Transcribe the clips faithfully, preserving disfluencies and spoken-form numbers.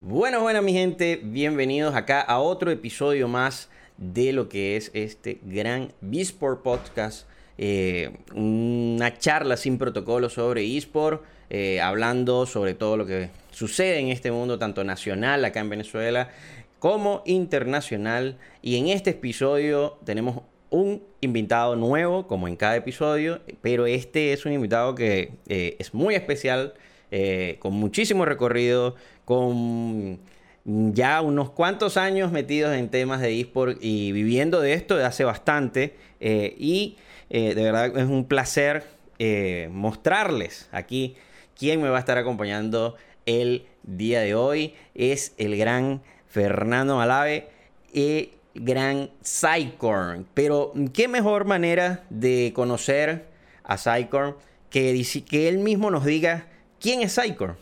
Bueno, bueno, mi gente, bienvenidos acá a otro episodio más de lo que es este gran eSport Podcast. Eh, una charla sin protocolo sobre eSport, eh, hablando sobre todo lo que sucede en este mundo, tanto nacional acá en Venezuela como internacional. Y en este episodio tenemos un invitado nuevo, como en cada episodio, pero este es un invitado que eh, es muy especial, eh, con muchísimo recorrido, con ya unos cuantos años metidos en temas de eSport y viviendo de esto de hace bastante. Eh, y eh, de verdad es un placer eh, mostrarles aquí quién me va a estar acompañando el día de hoy. Es el gran Fernando Malave, el gran Psycorn. Pero qué mejor manera de conocer a Psycorn que, que él mismo nos diga quién es Psycorn.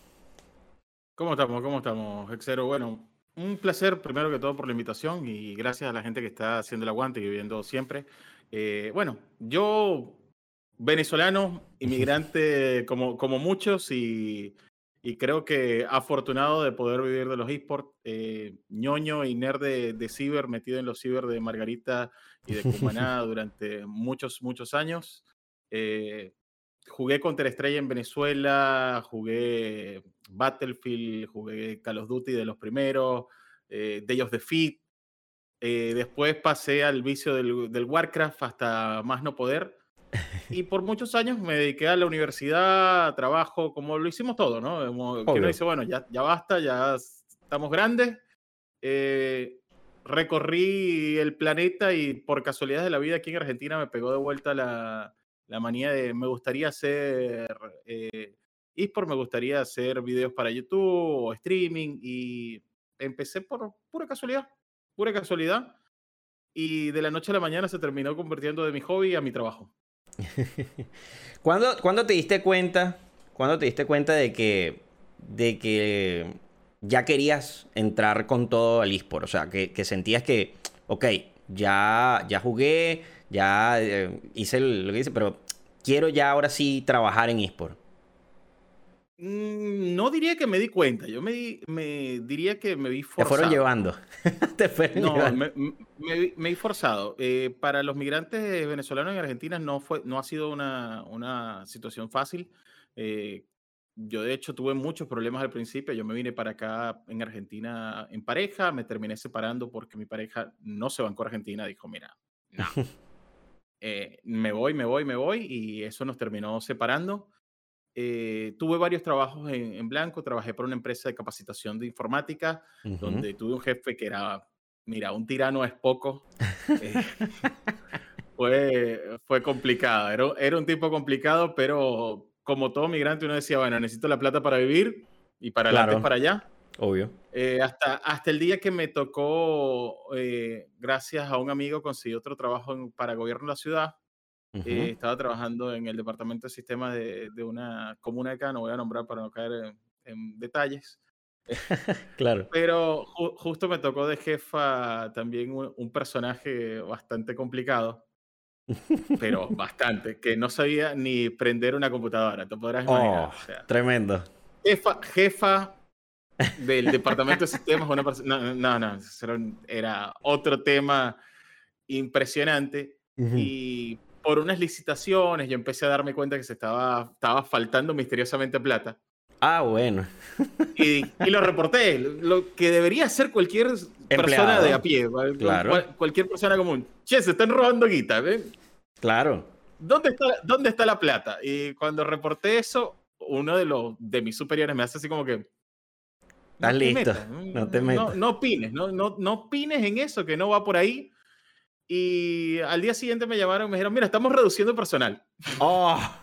¿Cómo estamos? ¿Cómo estamos, Hexero? Bueno, un placer primero que todo por la invitación y gracias a la gente que está haciendo el aguante y viviendo siempre. Eh, bueno, yo, venezolano, inmigrante como, como muchos y, y creo que afortunado de poder vivir de los esports, eh, ñoño y nerd de, de ciber, metido en los ciber de Margarita y de Cumaná durante muchos, muchos años. Eh, Jugué Counter-Strike en Venezuela, jugué Battlefield, jugué Call of Duty de los primeros, eh, Day of the Defeat. Eh, después pasé al vicio del, del Warcraft hasta más no poder. Y por muchos años me dediqué a la universidad, a trabajo, como lo hicimos todo, ¿no? Como que uno Obvio. dice, bueno, ya, ya basta, ya estamos grandes. Eh, Recorrí el planeta y por casualidad de la vida aquí en Argentina me pegó de vuelta la, la manía de me gustaría hacer eh, eSport, me gustaría hacer videos para YouTube o streaming y empecé por pura casualidad, pura casualidad y de la noche a la mañana se terminó convirtiendo de mi hobby a mi trabajo. ¿Cuándo, cuándo te diste cuenta, cuándo te diste cuenta de que, de que ya querías entrar con todo al eSport? O sea, que, que sentías que, ok, ya, ya jugué, ya eh, hice lo que hice, pero quiero ya ahora sí trabajar en eSport. Mm, No diría que me di cuenta, yo me, di- me diría que me vi Te fueron forzado. llevando. Te fueron No, llevando. me, me, me- me he forzado. Eh, para los migrantes venezolanos en Argentina no fue, no ha sido una, una situación fácil. Eh, yo de hecho tuve muchos problemas al principio. Yo me vine para acá en Argentina en pareja, me terminé separando porque mi pareja no se bancó a Argentina. Dijo, mira, no, eh, me voy, me voy, me voy y eso nos terminó separando. Eh, tuve varios trabajos en, en blanco, trabajé para una empresa de capacitación de informática, Ujú. donde tuve un jefe que era, mira, un tirano es poco. eh, fue, fue complicado, era, era un tipo complicado, pero como todo migrante uno decía, bueno, necesito la plata para vivir y para adelante es Claro, para allá. obvio. Eh, hasta, hasta el día que me tocó, eh, gracias a un amigo, conseguí otro trabajo en- para gobierno de la ciudad. Ujú. Eh, estaba trabajando en el departamento de sistemas de, de una comuna de acá, no voy a nombrar para no caer en, en detalles, Claro. pero ju- justo me tocó de jefa también un, un personaje bastante complicado, pero bastante, que no sabía ni prender una computadora, te podrás imaginar. Oh, O sea, tremendo. jefa, jefa del departamento de sistemas, una persona, no, no, no, eso era, un- era otro tema impresionante Ujú. y por unas licitaciones yo empecé a darme cuenta que se estaba, estaba faltando misteriosamente plata Ah, bueno. y, y lo reporté, lo que debería hacer cualquier persona de a Empleado. pie, cual- Claro, cual- cualquier persona común. Che, se están robando guita, ¿ven? claro. ¿Dónde está, dónde está la plata? Y cuando reporté eso, uno de, los, de mis superiores me hace así como que, Estás no te listo. metas, no, No te no, metas. no opines, no, no, no opines en eso, que no va por ahí. Y al día siguiente me llamaron y me dijeron, mira, estamos reduciendo personal. Oh.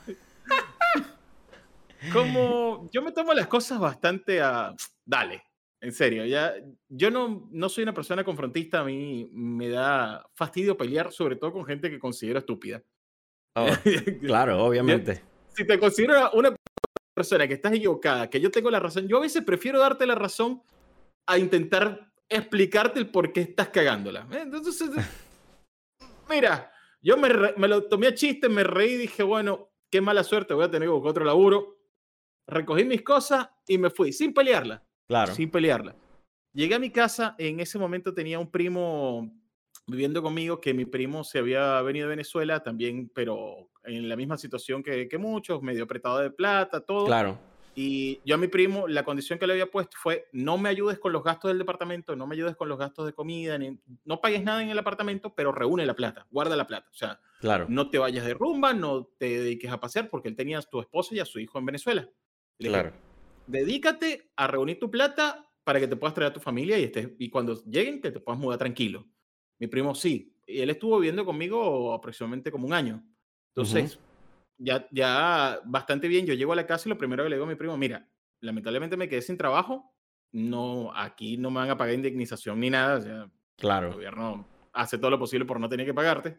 Como yo me tomo las cosas bastante a, dale, en serio, ya, yo no, no soy una persona confrontista, a mí me da fastidio pelear, sobre todo con gente que considero estúpida. Oh. Claro, Yo- obviamente. si te considero una persona que estás equivocada, que yo tengo la razón, yo a veces prefiero darte la razón a intentar explicarte el por qué estás cagándola. ¿eh? Entonces, mira, yo me, re- me lo tomé a chiste, me reí y dije, bueno, qué mala suerte, voy a tener que buscar otro laburo. Recogí mis cosas y me fui, sin pelearla. Claro. sin pelearla. Llegué a mi casa, en ese momento tenía un primo viviendo conmigo, que mi primo se había venido de Venezuela también, pero en la misma situación que, que muchos, medio apretado de plata, todo. Claro. Y yo a mi primo, la condición que le había puesto fue, no me ayudes con los gastos del departamento, no me ayudes con los gastos de comida, ni, no pagues nada en el apartamento, pero reúne la plata, guarda la plata. O sea, Claro. no te vayas de rumba, no te dediques a pasear, porque él tenía a tu esposa y a su hijo en Venezuela. Le Claro. dije, dedícate a reunir tu plata para que te puedas traer a tu familia y, estés, y cuando lleguen que te puedas mudar tranquilo. Mi primo sí, y él estuvo viviendo conmigo aproximadamente como un año. Ujú. Entonces, ya, ya bastante bien, yo llego a la casa y lo primero que le digo a mi primo, mira, lamentablemente me quedé sin trabajo, no, aquí no me van a pagar indemnización ni nada, o sea, el Claro. gobierno hace todo lo posible por no tener que pagarte.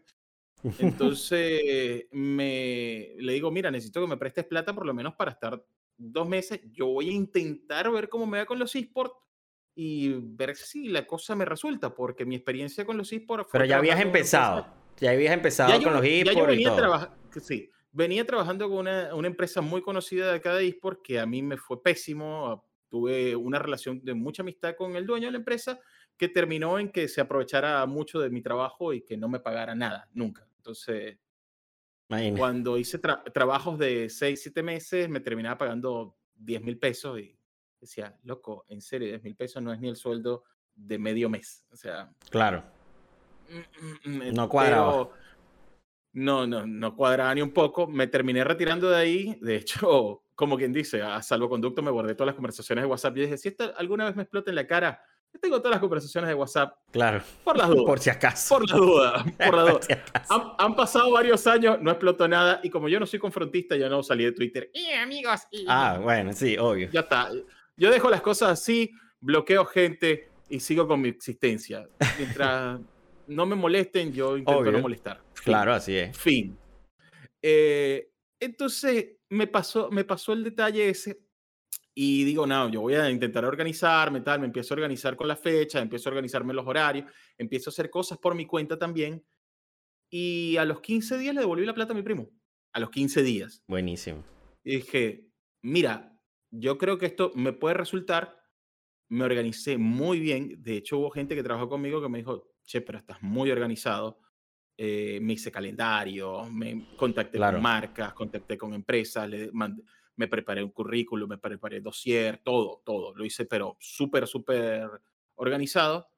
Entonces, me, le digo, mira, necesito que me prestes plata por lo menos para estar dos meses. Yo voy a intentar ver cómo me va con los esports y ver si la cosa me resulta, porque mi experiencia con los esports Pero fue ya habías trabajar con una empezado. empresa. Ya habías Ya empezado con yo, los ya yo esports y venía todo. trabajando, sí, venía trabajando con una, una empresa muy conocida de acá de esports que a mí me fue pésimo. Tuve una relación de mucha amistad con el dueño de la empresa que terminó en que se aprovechara mucho de mi trabajo y que no me pagara nada, nunca. Entonces, Imagina. cuando hice tra- trabajos de seis siete meses, me terminaba pagando diez mil pesos y decía, loco, en serio, diez mil pesos no es ni el sueldo de medio mes. O sea, Claro. mm, mm, mm, No cuadraba. pero no, no, no cuadraba ni un poco. Me terminé retirando de ahí. De hecho, como quien dice, a salvoconducto me guardé todas las conversaciones de WhatsApp. Yo dije, si esta alguna vez me explota en la cara, yo tengo todas las conversaciones de WhatsApp Claro. por las dudas. Por si acaso. Por la duda, por la Por duda. si acaso. Han, han pasado varios años, no explotó nada. Y como yo no soy confrontista, yo no salí de Twitter. Y amigos, y Ah, bueno, sí, obvio. ya está. Yo dejo las cosas así, bloqueo gente y sigo con mi existencia. Mientras no me molesten, yo intento no Obvio. molestar. Fin. Claro, así es. Fin. Eh, entonces me pasó, me pasó el detalle ese y digo, no, yo voy a intentar organizarme, tal, me empiezo a organizar con la fecha, empiezo a organizarme los horarios, empiezo a hacer cosas por mi cuenta también y a los quince días le devolví la plata a mi primo, a los quince días. Buenísimo. Y dije, mira, yo creo que esto me puede resultar, me organicé muy bien, de hecho hubo gente que trabajó conmigo que me dijo, che, pero estás muy organizado, eh, me hice calendario, me contacté con Claro. marcas, contacté con empresas, le mandé- me preparé un currículum, me preparé dossier, todo, todo. Lo hice, pero súper, súper organizado.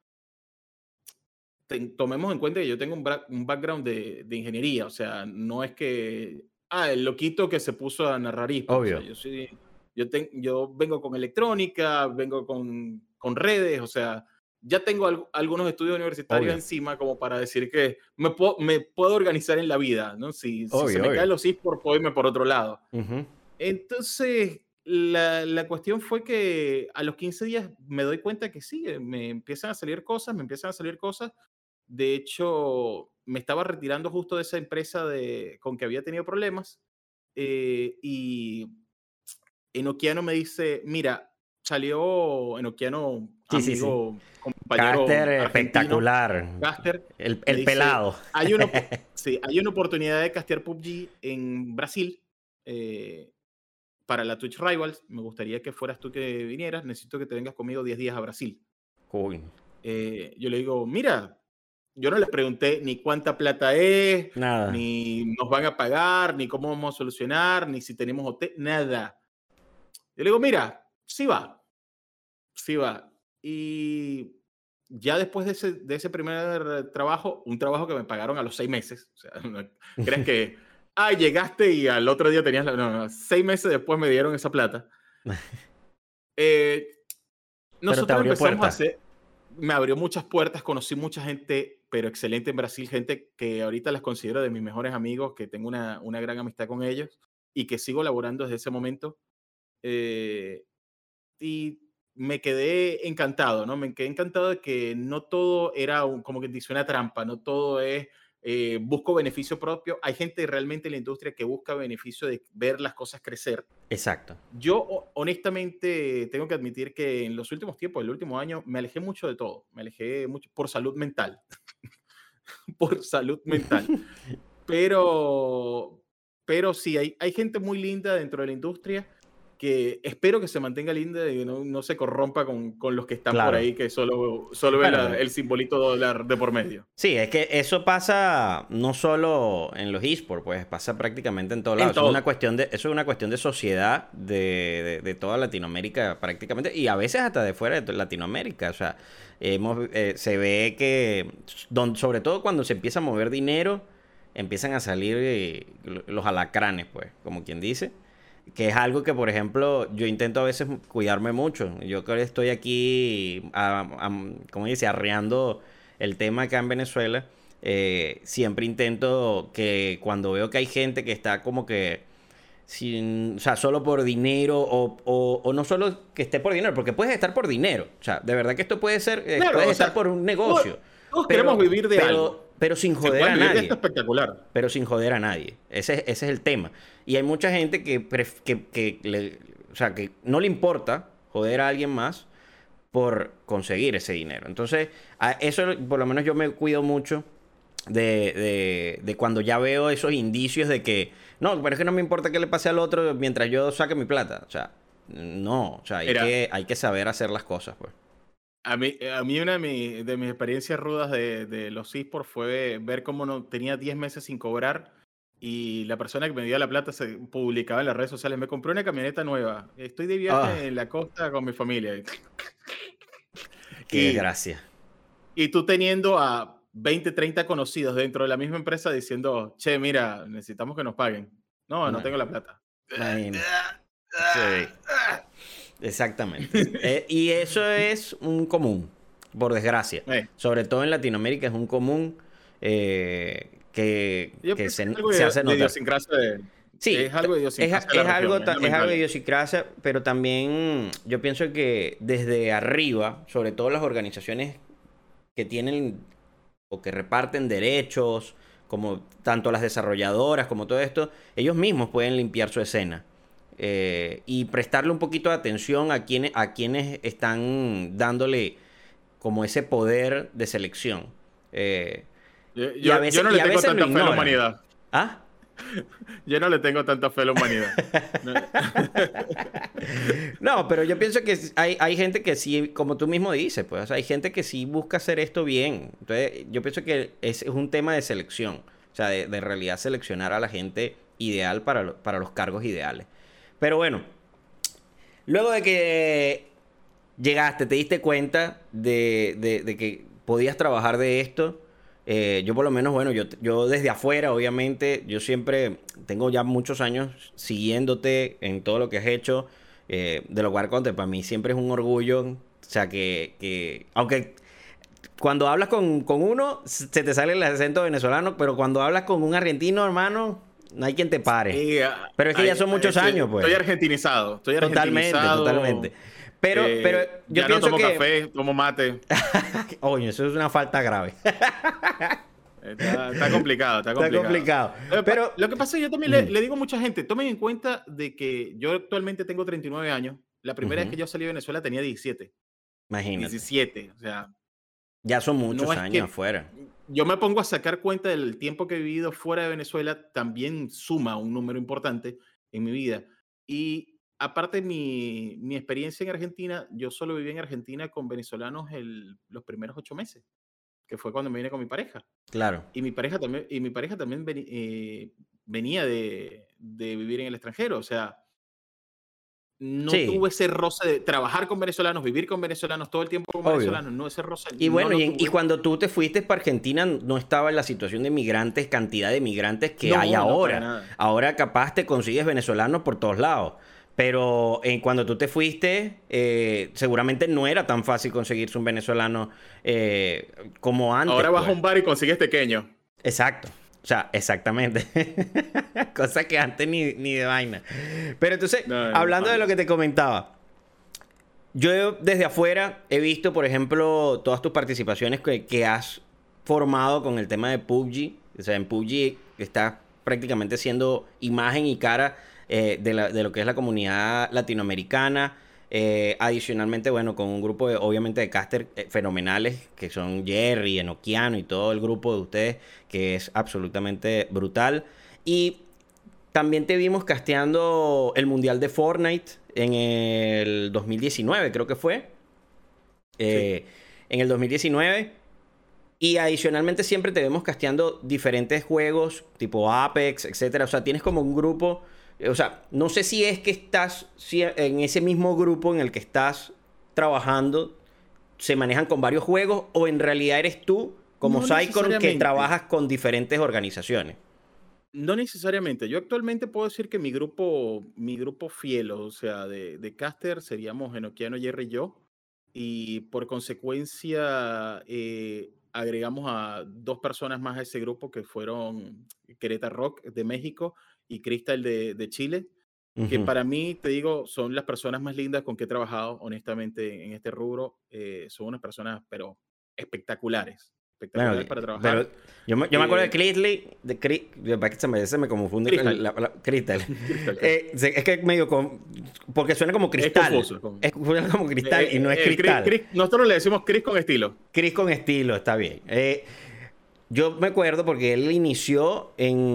Ten- tomemos en cuenta que yo tengo un, bra- un background de, de ingeniería, o sea, no es que, ah, el loquito que se puso a narrar eSports, o sea, Obvio. yo soy, yo, ten- yo vengo con electrónica, vengo con, con redes, o sea, ya tengo al- algunos estudios universitarios Obvio. encima como para decir que me puedo, me puedo organizar en la vida, ¿no? Si, si se Obvio, me caen obvio. los eSports, puedo irme por otro lado. Ujú. Entonces, la, la cuestión fue que a los quince días me doy cuenta que sí, eh, me empiezan a salir cosas, me empiezan a salir cosas. De hecho, me estaba retirando justo de esa empresa de, con que había tenido problemas eh, y Enoquiano me dice, mira, salió Enoquiano, Sí, sí, sí. amigo, Caster compañero argentino, espectacular. Caster, El, me el dice, pelado. hay una, opo- sí, hay una oportunidad de castear P U B G en Brasil eh, para la Twitch Rivals. Me gustaría que fueras tú que vinieras. Necesito que te vengas conmigo diez días a Brasil. Uy, Eh, yo le digo, mira, yo no le pregunté ni cuánta plata es, nada. ni nos van a pagar, ni cómo vamos a solucionar, ni si tenemos hotel, nada. Yo le digo, mira, sí va, sí va. Y ya después de ese, de ese primer trabajo, un trabajo que me pagaron a los seis meses, o sea, no crees que, ah, llegaste y al otro día tenías la... No, no, seis meses después me dieron esa plata. Eh, Pero te nosotros abrió empezamos a puerta. hacer, me abrió muchas puertas, conocí mucha gente, pero excelente en Brasil, gente que ahorita las considero de mis mejores amigos, que tengo una, una gran amistad con ellos y que sigo laborando desde ese momento. Eh, y me quedé encantado, ¿no? Me quedé encantado de que no todo era un- como que dice una trampa, no todo es eh, busco beneficio propio. Hay gente realmente en la industria que busca beneficio de ver las cosas crecer. Exacto. Yo ho- honestamente tengo que admitir que en los últimos tiempos, el último año, me alejé mucho de todo. Me alejé mucho por salud mental, por salud mental. Pero, pero sí, hay, hay gente muy linda dentro de la industria que espero que se mantenga linda y no, no se corrompa con, con los que están Claro. por ahí, que solo, solo ven Bueno, la- el simbolito dólar de por medio. sí, es que eso pasa no solo en los esports, pues pasa prácticamente en todos En lados. Eso es una todo. cuestión de, eso es una cuestión de sociedad de, de- de toda Latinoamérica prácticamente y a veces hasta de fuera de to- Latinoamérica. O sea, hemos, eh, se ve que, don- sobre todo cuando se empieza a mover dinero, empiezan a salir eh, los alacranes, pues, como quien dice. Que es algo que, por ejemplo, yo intento a veces cuidarme mucho. Yo que estoy aquí, a, a- ¿cómo dice? Arreando el tema acá en Venezuela. Eh, siempre intento que cuando veo que hay gente que está como que sin, o sea, solo por dinero o, o, o no solo que esté por dinero, porque puedes estar por dinero. O sea, de verdad que esto puede ser, eh, Claro, puedes o estar sea, por un todos, negocio, todos pero, queremos vivir de pero, algo. pero sin Se joder a pueden vivir de esto nadie espectacular. pero sin joder a nadie. Ese, es- ese es el tema. Y hay mucha gente que, pref- que, que le- o sea, que no le importa joder a alguien más por conseguir ese dinero. Entonces, a eso por lo menos yo me cuido mucho de, de, de cuando ya veo esos indicios de que, no, pero es que no me importa qué le pase al otro mientras yo saque mi plata. O sea, no, o sea, hay Mira, que, hay que saber hacer las cosas, pues. a mí, a mí una de, mi- de mis experiencias rudas de, de los esports fue ver cómo no, tenía diez meses sin cobrar y la persona que me dio la plata se publicaba en las redes sociales, me compré una camioneta nueva, estoy de Ah, viaje en la costa con mi familia. qué Y, desgracia. y tú teniendo a veinte, treinta conocidos dentro de la misma empresa diciendo, che, mira, necesitamos que nos paguen. No, no No, tengo la plata. imagínate. Sí. Exactamente. Eh, y eso es un común, por desgracia. Eh, Sobre todo en Latinoamérica es un común eh, que, yo que pienso que es se, algo se de, hace de notar. idiosincrasia de, Sí, es algo de es, idiosincrasia de la es región, algo, es ta- es algo de lamentable. idiosincrasia, pero también yo pienso que desde arriba, sobre todo las organizaciones que tienen o que reparten derechos, como tanto las desarrolladoras como todo esto, ellos mismos pueden limpiar su escena. Eh, y prestarle un poquito de atención a quienes, a quienes están dándole como ese poder de selección. Eh, Yo, y a yo, yo veces, no y le a tengo veces lo tanta fe a la ignoran. humanidad. ¿Ah? Yo no le tengo tanta fe a la humanidad. No. No, pero yo pienso que hay, hay gente que sí, como tú mismo dices, pues, o sea, hay gente que sí busca hacer esto bien. Entonces, yo pienso que es, es un tema de selección. O sea, de, de realidad seleccionar a la gente ideal para, lo- para los cargos ideales. Pero bueno, luego de que llegaste, te diste cuenta de, de- de que podías trabajar de esto. Eh, yo por lo menos, bueno, yo, yo desde afuera, obviamente, yo siempre tengo ya muchos años siguiéndote en todo lo que has hecho. Eh, de los War Counter, para mí siempre es un orgullo. O sea, que, que aunque cuando hablas con, con uno, se te sale el acento venezolano, pero cuando hablas con un argentino, hermano, no hay quien te pare. Y, ah, Pero es que ya ay, son muchos estoy, años, pues. estoy argentinizado. Estoy Totalmente, totalmente. argentinizado. Pero, pero eh, yo ya no pienso tomo que... café, tomo mate. Oye, eso es una falta grave. Está, está complicado, está Está complicado. complicado. Lo que, Pero, pa- lo que pasa es que yo también le, ujú, le digo a mucha gente, tomen en cuenta de que yo actualmente tengo treinta y nueve años. La primera vez que ujú, yo salí de Venezuela tenía diecisiete. imagínate. diecisiete. O sea, Ya son no muchos es años que afuera. yo me pongo a sacar cuenta del tiempo que he vivido fuera de Venezuela, también suma un número importante en mi vida. Y aparte mi, mi experiencia en Argentina, yo solo viví en Argentina con venezolanos el- los primeros ocho meses, que fue cuando me vine con mi pareja. Claro. Y mi pareja también, y mi pareja también veni- eh, venía de, de vivir en el extranjero. O sea, no Sí, tuve ese roce de trabajar con venezolanos, vivir con venezolanos, todo el tiempo con obvio. venezolanos. No, ese roce Y no bueno, lo y, en- y tuve. cuando tú te fuiste para Argentina, no estaba en la situación de migrantes, cantidad de migrantes que hay No, no, para ahora. nada. Ahora capaz te consigues venezolanos por todos lados. Pero en, cuando tú te fuiste, eh, seguramente no era tan fácil conseguirse un venezolano eh, como antes, Ahora vas a pues. un bar y consigues pequeño. Exacto. O sea, exactamente. Cosa que antes ni, ni de vaina. Pero entonces, No, no, hablando de lo panas. que te comentaba, yo desde afuera he visto, por ejemplo, todas tus participaciones que, que has formado con el tema de P U B G. O sea, en P U B G estás prácticamente siendo imagen y cara eh, de, la- de lo que es la comunidad latinoamericana. Eh, adicionalmente, bueno, con un grupo de, obviamente, de caster eh, fenomenales, que son Jerry, Enoquiano y todo el grupo de ustedes, que es absolutamente brutal. Y también te vimos casteando el Mundial de Fortnite en el dos mil diecinueve, creo que fue. Eh, sí. En el dos mil diecinueve. Y adicionalmente siempre te vemos casteando diferentes juegos, tipo Apex, etcétera. O sea, tienes como un grupo... O sea, no sé si es que estás si en ese mismo grupo en el que estás trabajando, se manejan con varios juegos, o en realidad eres tú, como No Psychon, que trabajas con diferentes organizaciones. No necesariamente. Yo actualmente puedo decir que mi grupo, mi grupo fiel, o sea, de, de caster, seríamos Enoquiano, Jerry y yo. Y por consecuencia, eh, agregamos a dos personas más a ese grupo, que fueron Querétaro Rock de México y Crystal de, de Chile, que Uh-huh. para mí, te digo, son las personas más lindas con que he trabajado, honestamente, en este rubro. Eh, son unas personas, pero espectaculares. Bueno, Espectaculares para trabajar. pero yo me, yo me acuerdo de Crisley, de Cri, se me, se me confunde Crystal. La, la, Crystal. Crystal, eh, es que medio con, porque suena como cristal. Es confuso. Como, es, suena como cristal eh, y no es eh, cristal. Chris, Chris, nosotros le decimos Chris con estilo. Chris con estilo, está bien. Eh, yo me acuerdo porque él inició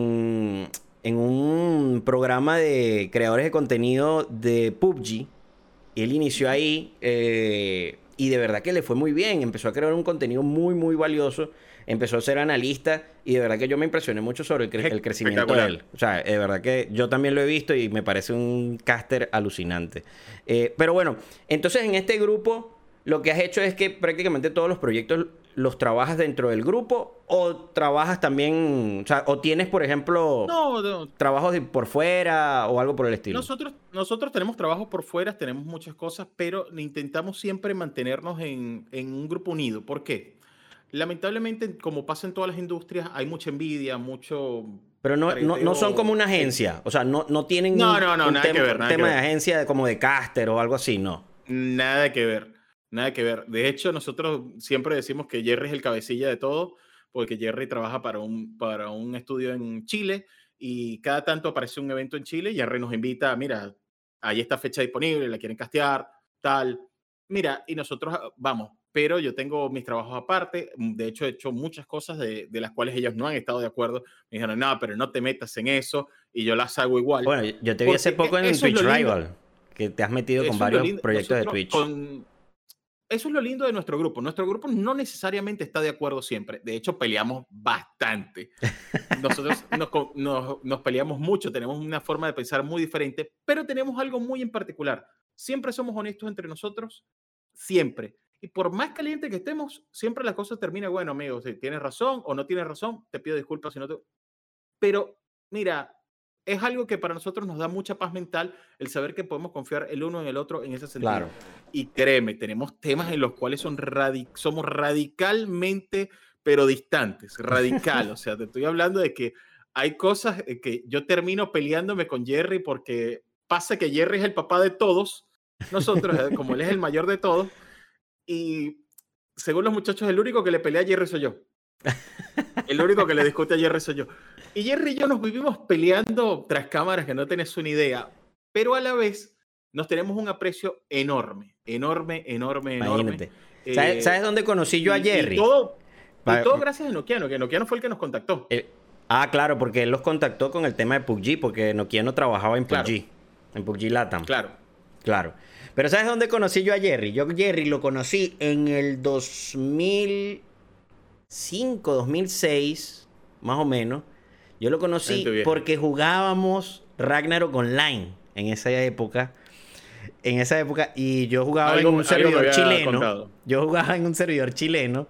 en, en un programa de creadores de contenido de P U B G. Y él inició ahí eh, y de verdad que le fue muy bien. Empezó a crear un contenido muy, muy valioso. Empezó a ser analista y de verdad que yo me impresioné mucho sobre el, cre el crecimiento de él. O sea, de verdad que yo también lo he visto y me parece un caster alucinante. Eh, pero bueno, entonces en este grupo lo que has hecho es que prácticamente todos los proyectos los trabajas dentro del grupo, o trabajas también, o sea, o tienes, por ejemplo, no, no. trabajos de por fuera o algo por el estilo. Nosotros, nosotros tenemos trabajos por fuera, tenemos muchas cosas, pero intentamos siempre mantenernos en, en un grupo unido. ¿Por qué? Lamentablemente, como pasa en todas las industrias, hay mucha envidia, mucho... Pero no, no, no son como una agencia, o sea, no, no tienen no, no, no, un nada tema, que ver, nada un tema que ver. de agencia como de caster o algo así, no. Nada que ver, nada que ver. De hecho, nosotros siempre decimos que Jerry es el cabecilla de todo, porque Jerry trabaja para un, para un estudio en Chile y cada tanto aparece un evento en Chile y Jerry nos invita, mira, hay esta fecha disponible, la quieren castear, tal. Mira, y nosotros vamos, pero yo tengo mis trabajos aparte. De hecho, he hecho muchas cosas de, de las cuales ellos no han estado de acuerdo. Me dijeron, no, pero no te metas en eso, y yo las hago igual. Bueno, yo te vi hace poco en Twitch Rival, que te has metido con varios proyectos de Twitch. Con, eso es lo lindo de nuestro grupo. Nuestro grupo no necesariamente está de acuerdo siempre. De hecho, peleamos bastante. Nosotros nos, nos, nos peleamos mucho, tenemos una forma de pensar muy diferente, pero tenemos algo muy en particular. Siempre somos honestos entre nosotros, siempre. Y por más caliente que estemos, siempre la cosa termina, bueno, amigo, si tienes razón o no tienes razón, te pido disculpas si no te... Pero, mira, es algo que para nosotros nos da mucha paz mental el saber que podemos confiar el uno en el otro en ese sentido. Claro. Y créeme, tenemos temas en los cuales son radi somos radicalmente, pero distantes, radical. O sea, te estoy hablando de que hay cosas que yo termino peleándome con Jerry porque pasa que Jerry es el papá de todos, nosotros, como él es el mayor de todos, y según los muchachos, el único que le pelea a Jerry soy yo. El único que le discute a Jerry soy yo. Y Jerry y yo nos vivimos peleando tras cámaras que no tenés una idea, pero a la vez nos tenemos un aprecio enorme, enorme, enorme, Imagínate. enorme. ¿Sabes, eh, ¿Sabes dónde conocí yo a Jerry? Y todo, y todo gracias a Enoquiano, que Enoquiano fue el que nos contactó. Eh, ah, claro, porque él los contactó con el tema de P U B G, porque Enoquiano trabajaba en P U B G, claro. En P U B G Latam. Claro. Claro. Pero ¿sabes dónde conocí yo a Jerry? Yo a Jerry lo conocí en el dos mil cinco, dos mil seis, más o menos. Yo lo conocí porque jugábamos Ragnarok Online en esa época. En esa época. Y yo jugaba algo, en un servidor chileno. Contado. Yo jugaba en un servidor chileno.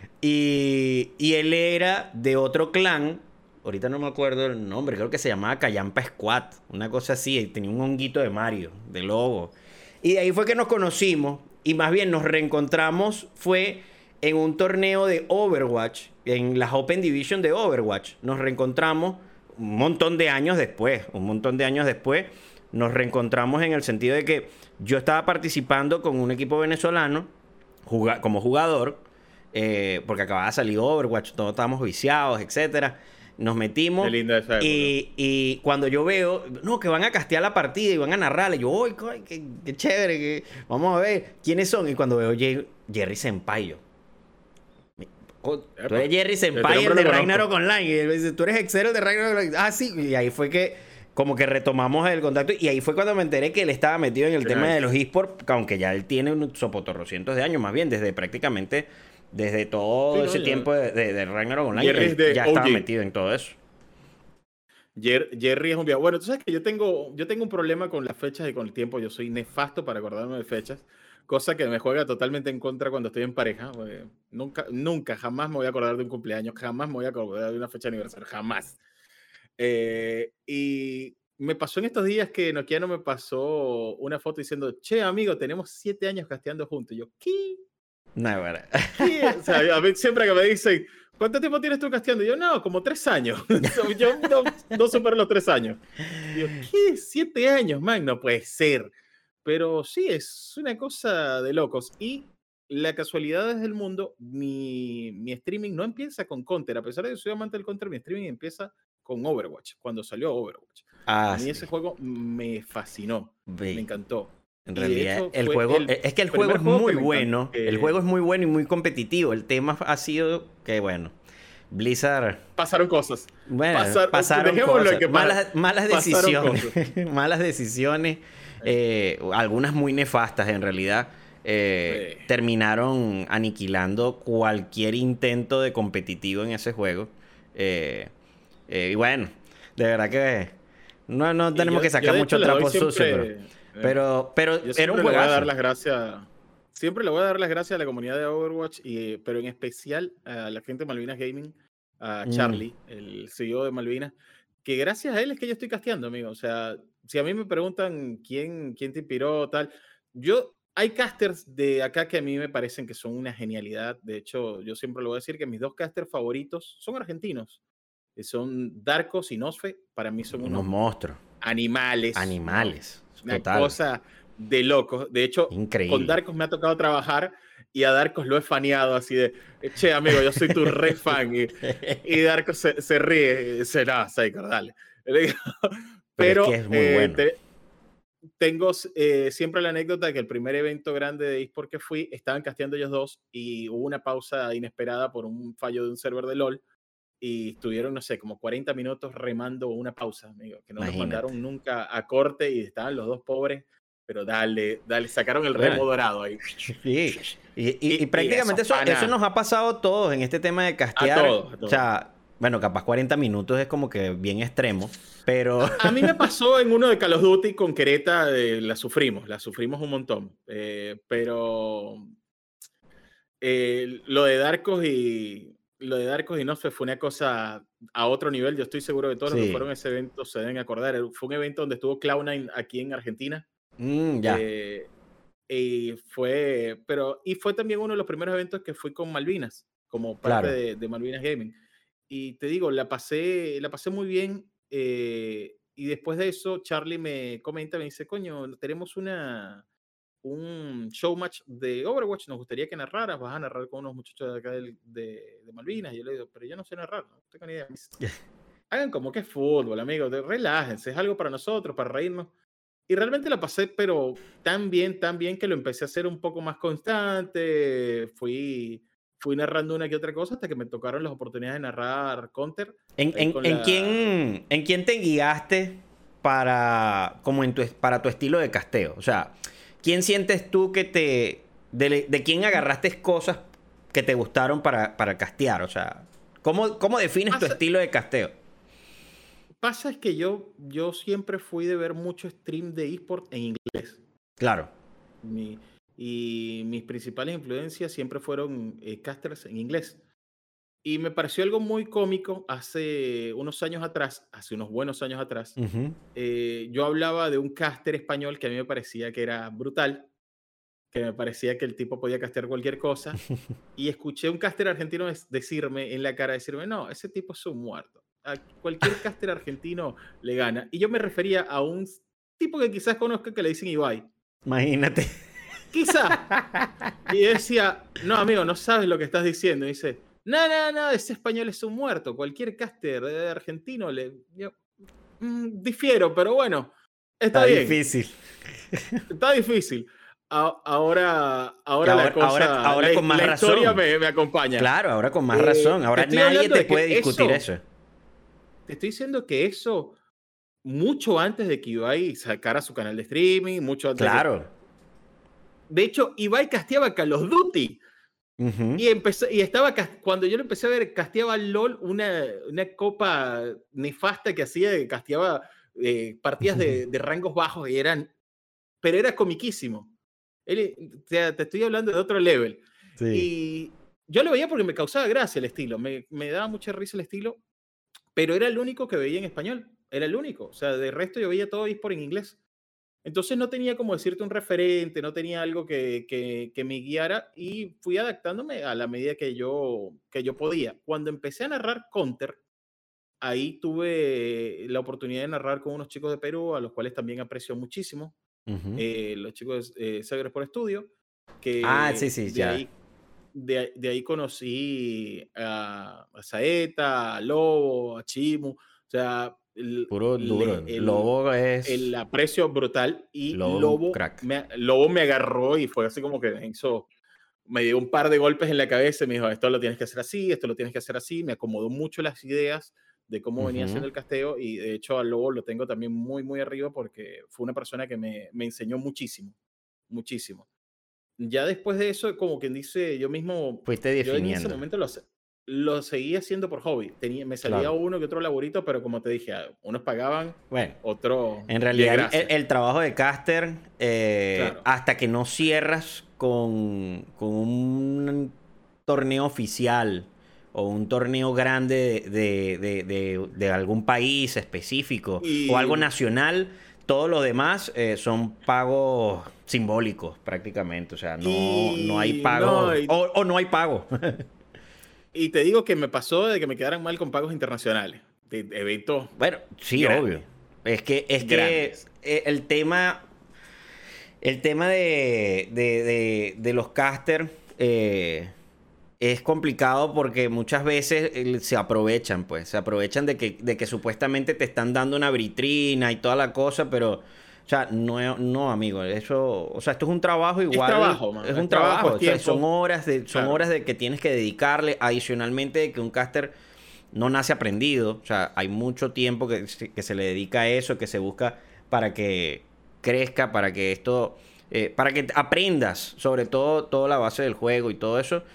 Y, y él era de otro clan. Ahorita no me acuerdo el nombre. Creo que se llamaba Callampa Squad. Una cosa así. Y tenía un honguito de Mario, de logo. Y de ahí fue que nos conocimos. Y más bien nos reencontramos. Fue en un torneo de Overwatch. En las Open Division de Overwatch. Nos reencontramos un montón de años después. Un montón de años después. Nos reencontramos en el sentido de que yo estaba participando con un equipo venezolano. Juga- como jugador. Eh, porque acababa de salir Overwatch. Todos estábamos viciados, etcétera. Nos metimos. Qué linda esa época. Y, y cuando yo veo, no, que van a castear la partida y van a narrarla, yo, ¡ay, qué, qué chévere! Que... vamos a ver quiénes son. Y cuando veo Jerry, Jerry Senpai, yo, oh, tú eres Jerry Senpai, el de Ragnarok Online. Y él dice, tú eres Excel, el de Ragnarok Online. Ah, sí. Y ahí fue que, como que retomamos el contacto y ahí fue cuando me enteré que él estaba metido en el Qué tema nice. de los esports, aunque ya él tiene unos sopotorrocientos de años, más bien, desde prácticamente, desde todo Sí, no, ese ya. tiempo de, de, de Ragnarok Online, Jerry él es de ya estaba O G. metido en todo eso. Jer- Jerry es un viejo. Bueno, tú sabes que yo tengo, yo tengo un problema con las fechas y con el tiempo. Yo soy nefasto para acordarme de fechas, cosa que me juega totalmente en contra cuando estoy en pareja. porque Nunca, nunca, jamás me voy a acordar de un cumpleaños, jamás me voy a acordar de una fecha de aniversario, jamás. Eh, y me pasó en estos días que Nokiano me pasó una foto diciendo, che, amigo, tenemos siete años casteando juntos. Y yo, ¿qué? No, bueno. ¿Qué? O sea, a mí siempre que me dicen, ¿cuánto tiempo tienes tú casteando? Y yo, no, como tres años. Yo no, no supero los tres años. Y yo, ¿qué? Siete años, man, no puede ser. Pero sí, es una cosa de locos. Y la casualidad es del mundo, mi, mi streaming no empieza con Counter. A pesar de que soy amante del Counter, mi streaming empieza con Overwatch, cuando salió Overwatch. Ah, A mí sí. ese juego me fascinó, Ve. me encantó. En Y de realidad, hecho el fue juego, el es que el juego primer es juego que muy me encantó. bueno. El que juego es muy bueno y muy competitivo. El tema ha sido que, bueno, Blizzard, Pasaron cosas. bueno, Pasar- pasaron dejémoslo en cosas, que pa- malas, malas pasaron decisiones, cosas. malas decisiones, eh, algunas muy nefastas en realidad, eh, Sí. terminaron aniquilando cualquier intento de competitivo en ese juego. Eh, eh, y bueno, de verdad que no, no Y tenemos yo- que yo, sacar de mucho hecho, le doy trapo sucio, pero, siempre- eh, pero, pero Yo era siempre un le voy a dar juegazo. las gracias. Siempre le voy a dar las gracias a la comunidad de Overwatch, y, pero en especial a la gente de Malvinas Gaming, a Mm. Charlie, el C E O de Malvinas, que gracias a él es que yo estoy casteando, amigo. O sea, si a mí me preguntan quién, quién te inspiró, tal, yo, hay casters de acá que a mí me parecen que son una genialidad. De hecho, yo siempre lo voy a decir que mis dos casters favoritos son argentinos. que Son Darkos y Nosfe. Para mí son Unos unos monstruos, animales, ¿no? animales, Una total, cosa de locos. De hecho, con increíble. Darkos me ha tocado trabajar y a Darkos lo he faneado así de, che, amigo, yo soy tu re fan. Y, y Darkos se, se ríe y dice, no, Psycho, dale. Le digo, Pero es Pero que es muy eh, bueno. te- tengo eh, siempre la anécdota de que el primer evento grande de eSport que fui, estaban casteando ellos dos y hubo una pausa inesperada por un fallo de un server de LOL y estuvieron, no sé, como cuarenta minutos remando una pausa, amigo, que no nos Imagínate. mandaron nunca a corte y estaban los dos pobres, pero dale, dale, sacaron el Bueno. remo dorado ahí. Sí. Y, y- Y- y y prácticamente esos eso, panas- eso nos ha pasado a todos en este tema de castear. A todos, a O todos. sea, bueno, capaz cuarenta minutos es como que bien extremo, pero A mí me pasó en uno de Call of Duty con Quereta, eh, la sufrimos, la sufrimos un montón, eh, pero eh, lo de Darkos y lo de Darkos y Nosfe fue una cosa a otro nivel. Yo estoy seguro que todos los Sí. que fueron a ese evento se deben acordar. Fue un evento donde estuvo cloud nine aquí en Argentina. mm, ya. Eh, y fue, pero, y fue también uno de los primeros eventos que fui con Malvinas, como parte Claro. de, de Malvinas Gaming. Y te digo, la pasé, la pasé muy bien. eh, y después de eso, Charlie me comenta, me dice, coño, tenemos una, un show match de Overwatch, nos gustaría que narraras, vas a narrar con unos muchachos de acá del- de, de Malvinas. Y yo le digo, pero yo no sé narrar, no tengo ni idea. Me dice, hagan como que es fútbol, amigos, de- relájense, es algo para nosotros, para reírnos. Y realmente la pasé, pero tan bien, tan bien que lo empecé a hacer un poco más constante. Fui, fui narrando una que otra cosa hasta que me tocaron las oportunidades de narrar Counter. ¿En, ahí en- con en la- quién, en quién te guiaste para, como en tu, para tu estilo de casteo? O sea, ¿quién sientes tú que te... De, de quién agarraste cosas que te gustaron para, para castear? O sea, ¿cómo, cómo defines tu Pasa- estilo de casteo? Pasa es que yo, yo siempre fui de ver mucho stream de eSport en inglés. Claro. Mi- y mis principales influencias siempre fueron eh, casters en inglés. Y me pareció algo muy cómico hace unos años atrás, hace unos buenos años atrás. Ujú. eh, yo hablaba de un caster español que a mí me parecía que era brutal, que me parecía que el tipo podía castear cualquier cosa. Y escuché un caster argentino des- decirme en la cara, decirme, no, ese tipo es un muerto. A cualquier caster argentino le gana. Y yo me refería a un tipo que quizás conozca que le dicen Ibai. Imagínate. Quizá. Y decía, no, amigo, no sabes lo que estás diciendo. Y dice, no, no, no, ese español es un muerto. Cualquier caster eh, argentino le... Yo, "Mm, difiero, pero bueno, está, Está bien. difícil. Está difícil. A- ahora, ahora, Y la ahora- cosa, ahora- ahora la, con más la historia razón. me, me acompaña. Claro, ahora con más Eh, razón. te Ahora estoy nadie hablando te de que puede discutir eso- eso. Te estoy diciendo que eso mucho antes de que Ibai sacara su canal de streaming, mucho antes de... Claro. De hecho, Ibai casteaba Call of Duty. Ujú. Y, empezó, y estaba, cuando yo lo empecé a ver, casteaba LOL, una, una copa nefasta que hacía, casteaba eh, partidas de, de rangos bajos y eran, pero era comiquísimo. Él, o sea, te estoy hablando de otro level. Sí. Y yo lo veía porque me causaba gracia el estilo, me, me daba mucha risa el estilo, pero era el único que veía en español, era el único. O sea, de resto yo veía todo por en inglés. Entonces no tenía como decirte un referente, no tenía algo que, que, que me guiara y fui adaptándome a la medida que yo, que yo podía. Cuando empecé a narrar Counter, ahí tuve la oportunidad de narrar con unos chicos de Perú, a los cuales también aprecio muchísimo, Ujú. eh, los chicos de eh, Cybersport Studio, Ah, sí, que sí, de ya. ahí, de, de ahí conocí a, a Saeta, a Lobo, a Chimu, o sea, el, Puro duro. le- el, Lobo el es. aprecio brutal y Lobo Lobo crack. me, Lobo me agarró y fue así como que me hizo, me dio un par de golpes en la cabeza y me dijo, esto lo tienes que hacer así, esto lo tienes que hacer así, me acomodó mucho las ideas de cómo venía Ujú. haciendo el casteo y de hecho al Lobo lo tengo también muy, muy arriba porque fue una persona que me, me enseñó muchísimo, muchísimo. Ya después de eso, como quien dice, yo mismo, Fuiste yo en ese definiendo. momento lo, hace- lo seguía haciendo por hobby. Tenía, me salía Claro. uno que otro laborito, pero como te dije, ah, unos pagaban, Bueno, otros en de realidad el, el- gracia. el trabajo de caster, eh, Claro. hasta que no cierras con, con un torneo oficial o un torneo grande de, de- de- de algún país específico o Y algo nacional, todo lo demás eh, son pagos simbólicos prácticamente. O sea, no, no hay Y no, pago y, o, o no hay pago. y te digo que me pasó de que me quedaran mal con pagos internacionales, de, de eventos Bueno, sí, obvio. grandes, Es que, es que grandes. eh, el tema, el tema de, de, de- de los casters eh, es complicado porque muchas veces eh, se aprovechan, pues, se aprovechan de que, de que supuestamente te están dando una vitrina y toda la cosa, pero, o sea, no, no, amigo, eso, o sea, esto es un trabajo Es igual, trabajo, es mano, es un trabajo, trabajo, es o sea, son tiempo, horas de, son claro. horas de que tienes que dedicarle, adicionalmente de que un caster no nace aprendido, o sea, hay mucho tiempo que, se- que se le dedica a eso, que se busca para que crezca, para que esto, eh, para que aprendas sobre todo toda la base del juego y todo eso.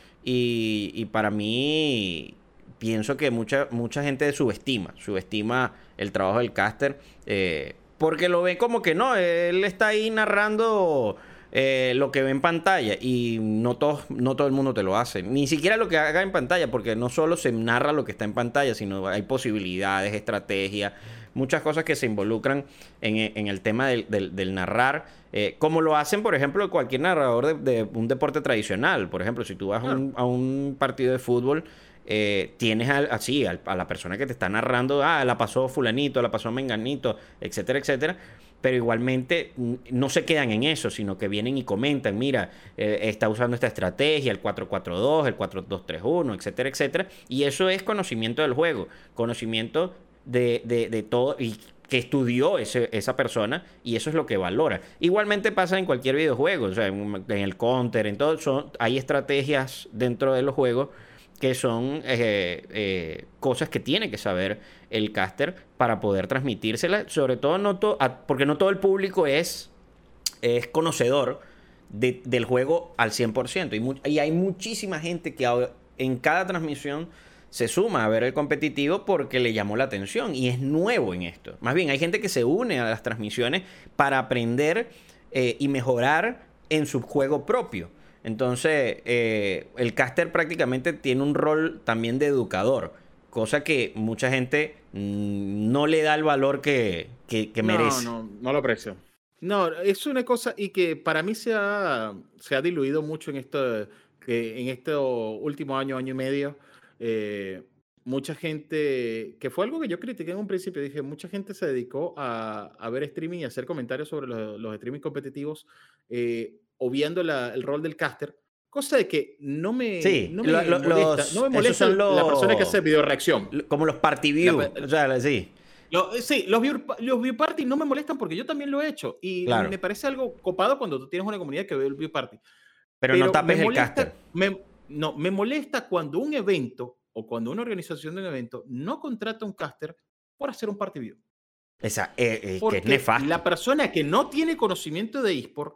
Y, y para mí, pienso que mucha, mucha gente subestima, subestima el trabajo del caster, eh, porque lo ven como que no, él está ahí narrando eh, lo que ve en pantalla y no todo, no todo el mundo te lo hace. Ni siquiera lo que haga en pantalla, porque no solo se narra lo que está en pantalla, sino hay posibilidades, estrategias, muchas cosas que se involucran en, en el tema del, del, del narrar. Eh, como lo hacen, por ejemplo, cualquier narrador de, de un deporte tradicional. Por ejemplo, si tú vas a Claro. un, a un partido de fútbol, eh, tienes al- así al- a la persona que te está narrando, ah, la pasó fulanito, la pasó menganito, etcétera, etcétera. Pero igualmente mm, no se quedan en eso, sino que vienen y comentan, mira, eh, está usando esta estrategia, el cuatro cuatro dos, el cuatro dos tres uno, etcétera, etcétera. Y eso es conocimiento del juego, conocimiento de, de, de todo y que estudió ese, esa persona y eso es lo que valora. Igualmente pasa en cualquier videojuego, o sea, en, en el Counter, en todo, son, hay estrategias dentro de los juegos que son eh, eh, cosas que tiene que saber el caster para poder transmitírsela, sobre todo no to a, porque no todo el público es, es conocedor de, del juego al cien por ciento y, mu y hay muchísima gente que en cada transmisión se suma a ver el competitivo porque le llamó la atención y es nuevo en esto. Más bien, hay gente que se une a las transmisiones para aprender eh, y mejorar en su juego propio. Entonces, eh, el caster prácticamente tiene un rol también de educador, cosa que mucha gente mmm, no le da el valor que, que, que No, merece. no, no lo aprecio. No, es una cosa y que para mí se ha, se ha diluido mucho en esto, que en este último año, año y medio. eh, Mucha gente, que fue algo que yo critiqué en un principio, dije, mucha gente se dedicó a, a ver streaming y a hacer comentarios sobre los, los streaming competitivos, eh, obviando la- el rol del caster, cosa de que no me, Sí, no lo- me lo- molesta, no los, me esos molesta son la persona que los, hace video reacción. como los party view, o sea, sí, Lo- eh, sí, los view, los view party no me molestan porque yo también lo he hecho y claro, me parece algo copado cuando tú tienes una comunidad que ve el view party. pero no Pero me tapes el molesta, caster. me, no, me molesta cuando un evento o cuando una organización de un evento no contrata un caster por hacer un party view. Esa, eh, eh, que es Porque nefasto. la persona que no tiene conocimiento de eSport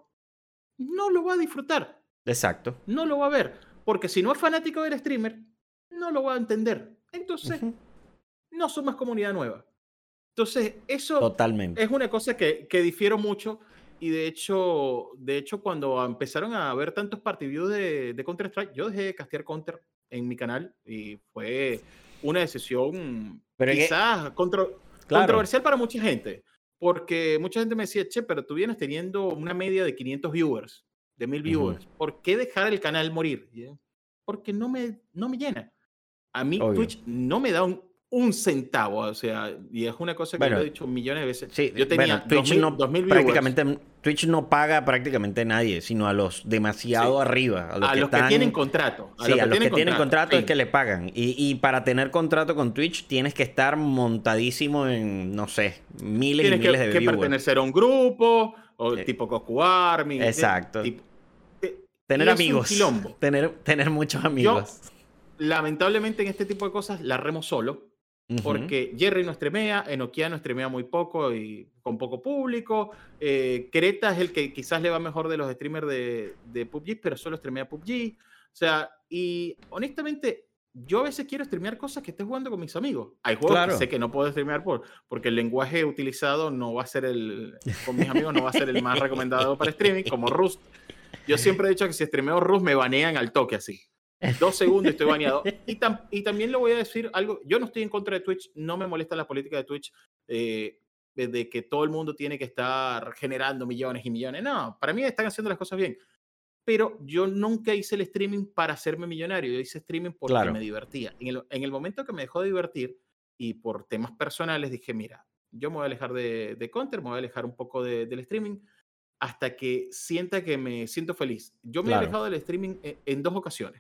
no lo va a disfrutar, Exacto. no lo va a ver. Porque si no es fanático del streamer, no lo va a entender. Entonces, Ujú. no somos comunidad nueva. Entonces, eso Totalmente. es una cosa que, que difiero mucho. Y de hecho, de hecho, cuando empezaron a ver tantos partidos de, de Counter-Strike, yo dejé de castear Counter en mi canal y fue una decisión Pero es que, quizás contro- claro. controversial para mucha gente. Porque mucha gente me decía, che, pero tú vienes teniendo una media de quinientos viewers, de mil Ujú. viewers. ¿Por qué dejar el canal morir? Y yo, porque no me, no me llena. A mí Obvio. Twitch no me da un, un centavo, o sea, y es una cosa que yo lo Bueno, he dicho millones de veces. sí, Yo bueno, tenía Twitch dos mil, no dos mil viewers. prácticamente, Twitch no paga prácticamente a nadie, sino a los demasiado Sí. arriba, a los A que los que tienen están. contrato. A Sí, los que a los tienen que tienen contrato. contrato es Fin. que le pagan. Y, y para tener contrato con Twitch tienes que estar montadísimo en, no sé, miles y Tienes miles que, de que viewers. pertenecer a un grupo, o Eh, tipo Coscu Army. de- exacto. tipo- de- Tener y es un amigos. quilombo. Tener, tener muchos Yo, amigos. lamentablemente, en este tipo de cosas la remo solo. Ujú. Porque Jerry no streamea, Enoquia no streamea muy poco y con poco público. Eh, Creta es el que quizás le va mejor de los streamers de, de P U B G, pero solo streamea P U B G. O sea, y honestamente, yo a veces quiero streamear cosas que esté jugando con mis amigos. Hay juegos que Claro. sé que no puedo streamear por, porque el lenguaje utilizado no va a ser el, con mis amigos no va a ser el más recomendado para streaming, como Rust. Yo siempre he dicho que si streameo Rust me banean al toque así. Dos segundos y estoy baneado. Y, tam y también le voy a decir algo. Yo no estoy en contra de Twitch. No me molesta la política de Twitch eh, de, de que todo el mundo tiene que estar generando millones y millones. No, para mí están haciendo las cosas bien. Pero yo nunca hice el streaming para hacerme millonario. Yo hice streaming porque Claro. me divertía. En el, en el momento que me dejó de divertir y por temas personales dije, mira, yo me voy a alejar de, de Counter, me voy a alejar un poco de, del streaming hasta que sienta que me siento feliz. Yo me he Claro. alejado del streaming en, en dos ocasiones.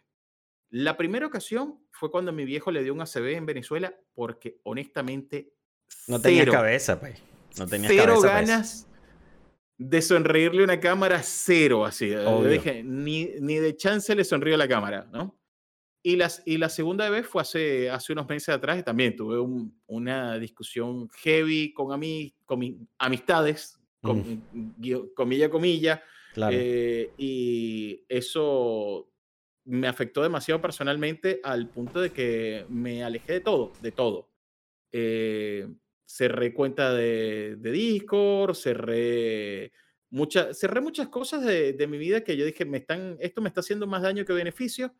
La primera ocasión fue cuando mi viejo le dio un A C V en Venezuela porque honestamente No tenías cero, cabeza, pues. No tenías cero cabeza para eso. ganas de sonreírle a una cámara, cero así. Yo Obvio. dije, ni, ni de chance le sonrío a la cámara, ¿no? Y, las, y la segunda vez fue hace, hace unos meses atrás y también tuve un, una discusión heavy con, ami, con mis amistades, Mm, con, comilla, comilla, claro. eh, y eso me afectó demasiado personalmente al punto de que me alejé de todo, de todo. Eh, cerré cuenta de, de Discord, cerré, mucha, cerré muchas cosas de, de mi vida que yo dije, me están, esto me está haciendo más daño que beneficio.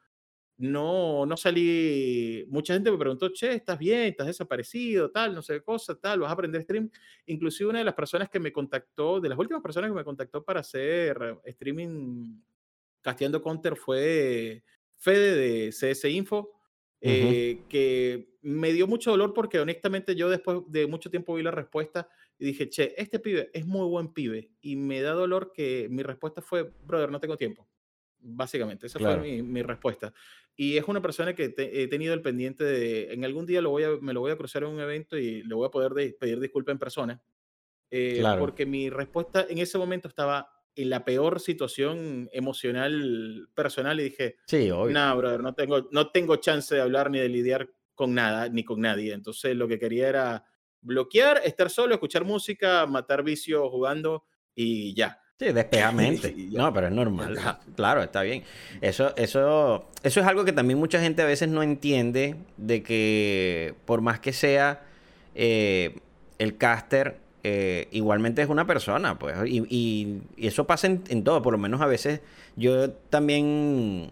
No, no salí, mucha gente me preguntó, che, ¿estás bien? ¿Estás desaparecido? Tal, no sé qué cosa, tal, ¿vas a aprender stream? Inclusive una de las personas que me contactó, de las últimas personas que me contactó para hacer streaming casteando Counter fue Fede de C S Info, Ujú. eh, que me dio mucho dolor porque honestamente yo después de mucho tiempo vi la respuesta y dije, che, este pibe es muy buen pibe. Y me da dolor que mi respuesta fue, brother, no tengo tiempo. Básicamente, esa fue Claro. mi, mi respuesta. Y es una persona que te- he tenido el pendiente de, en algún día lo voy a, me lo voy a cruzar en un evento y le voy a poder de- pedir disculpas en persona, eh, Claro. porque mi respuesta en ese momento estaba en la peor situación emocional personal y dije, Sí, obvio. no, brother, no tengo, no tengo chance de hablar ni de lidiar con nada, ni con nadie. Entonces lo que quería era bloquear, estar solo, escuchar música, matar vicios jugando y ya. Sí, despejamente. Y ya. No, pero es normal. Ajá. Claro, está bien. Eso, eso, eso es algo que también mucha gente a veces no entiende, de que por más que sea eh, el caster, eh, igualmente es una persona, pues. Y, y- y eso pasa en, en todo. Por lo menos a veces yo también,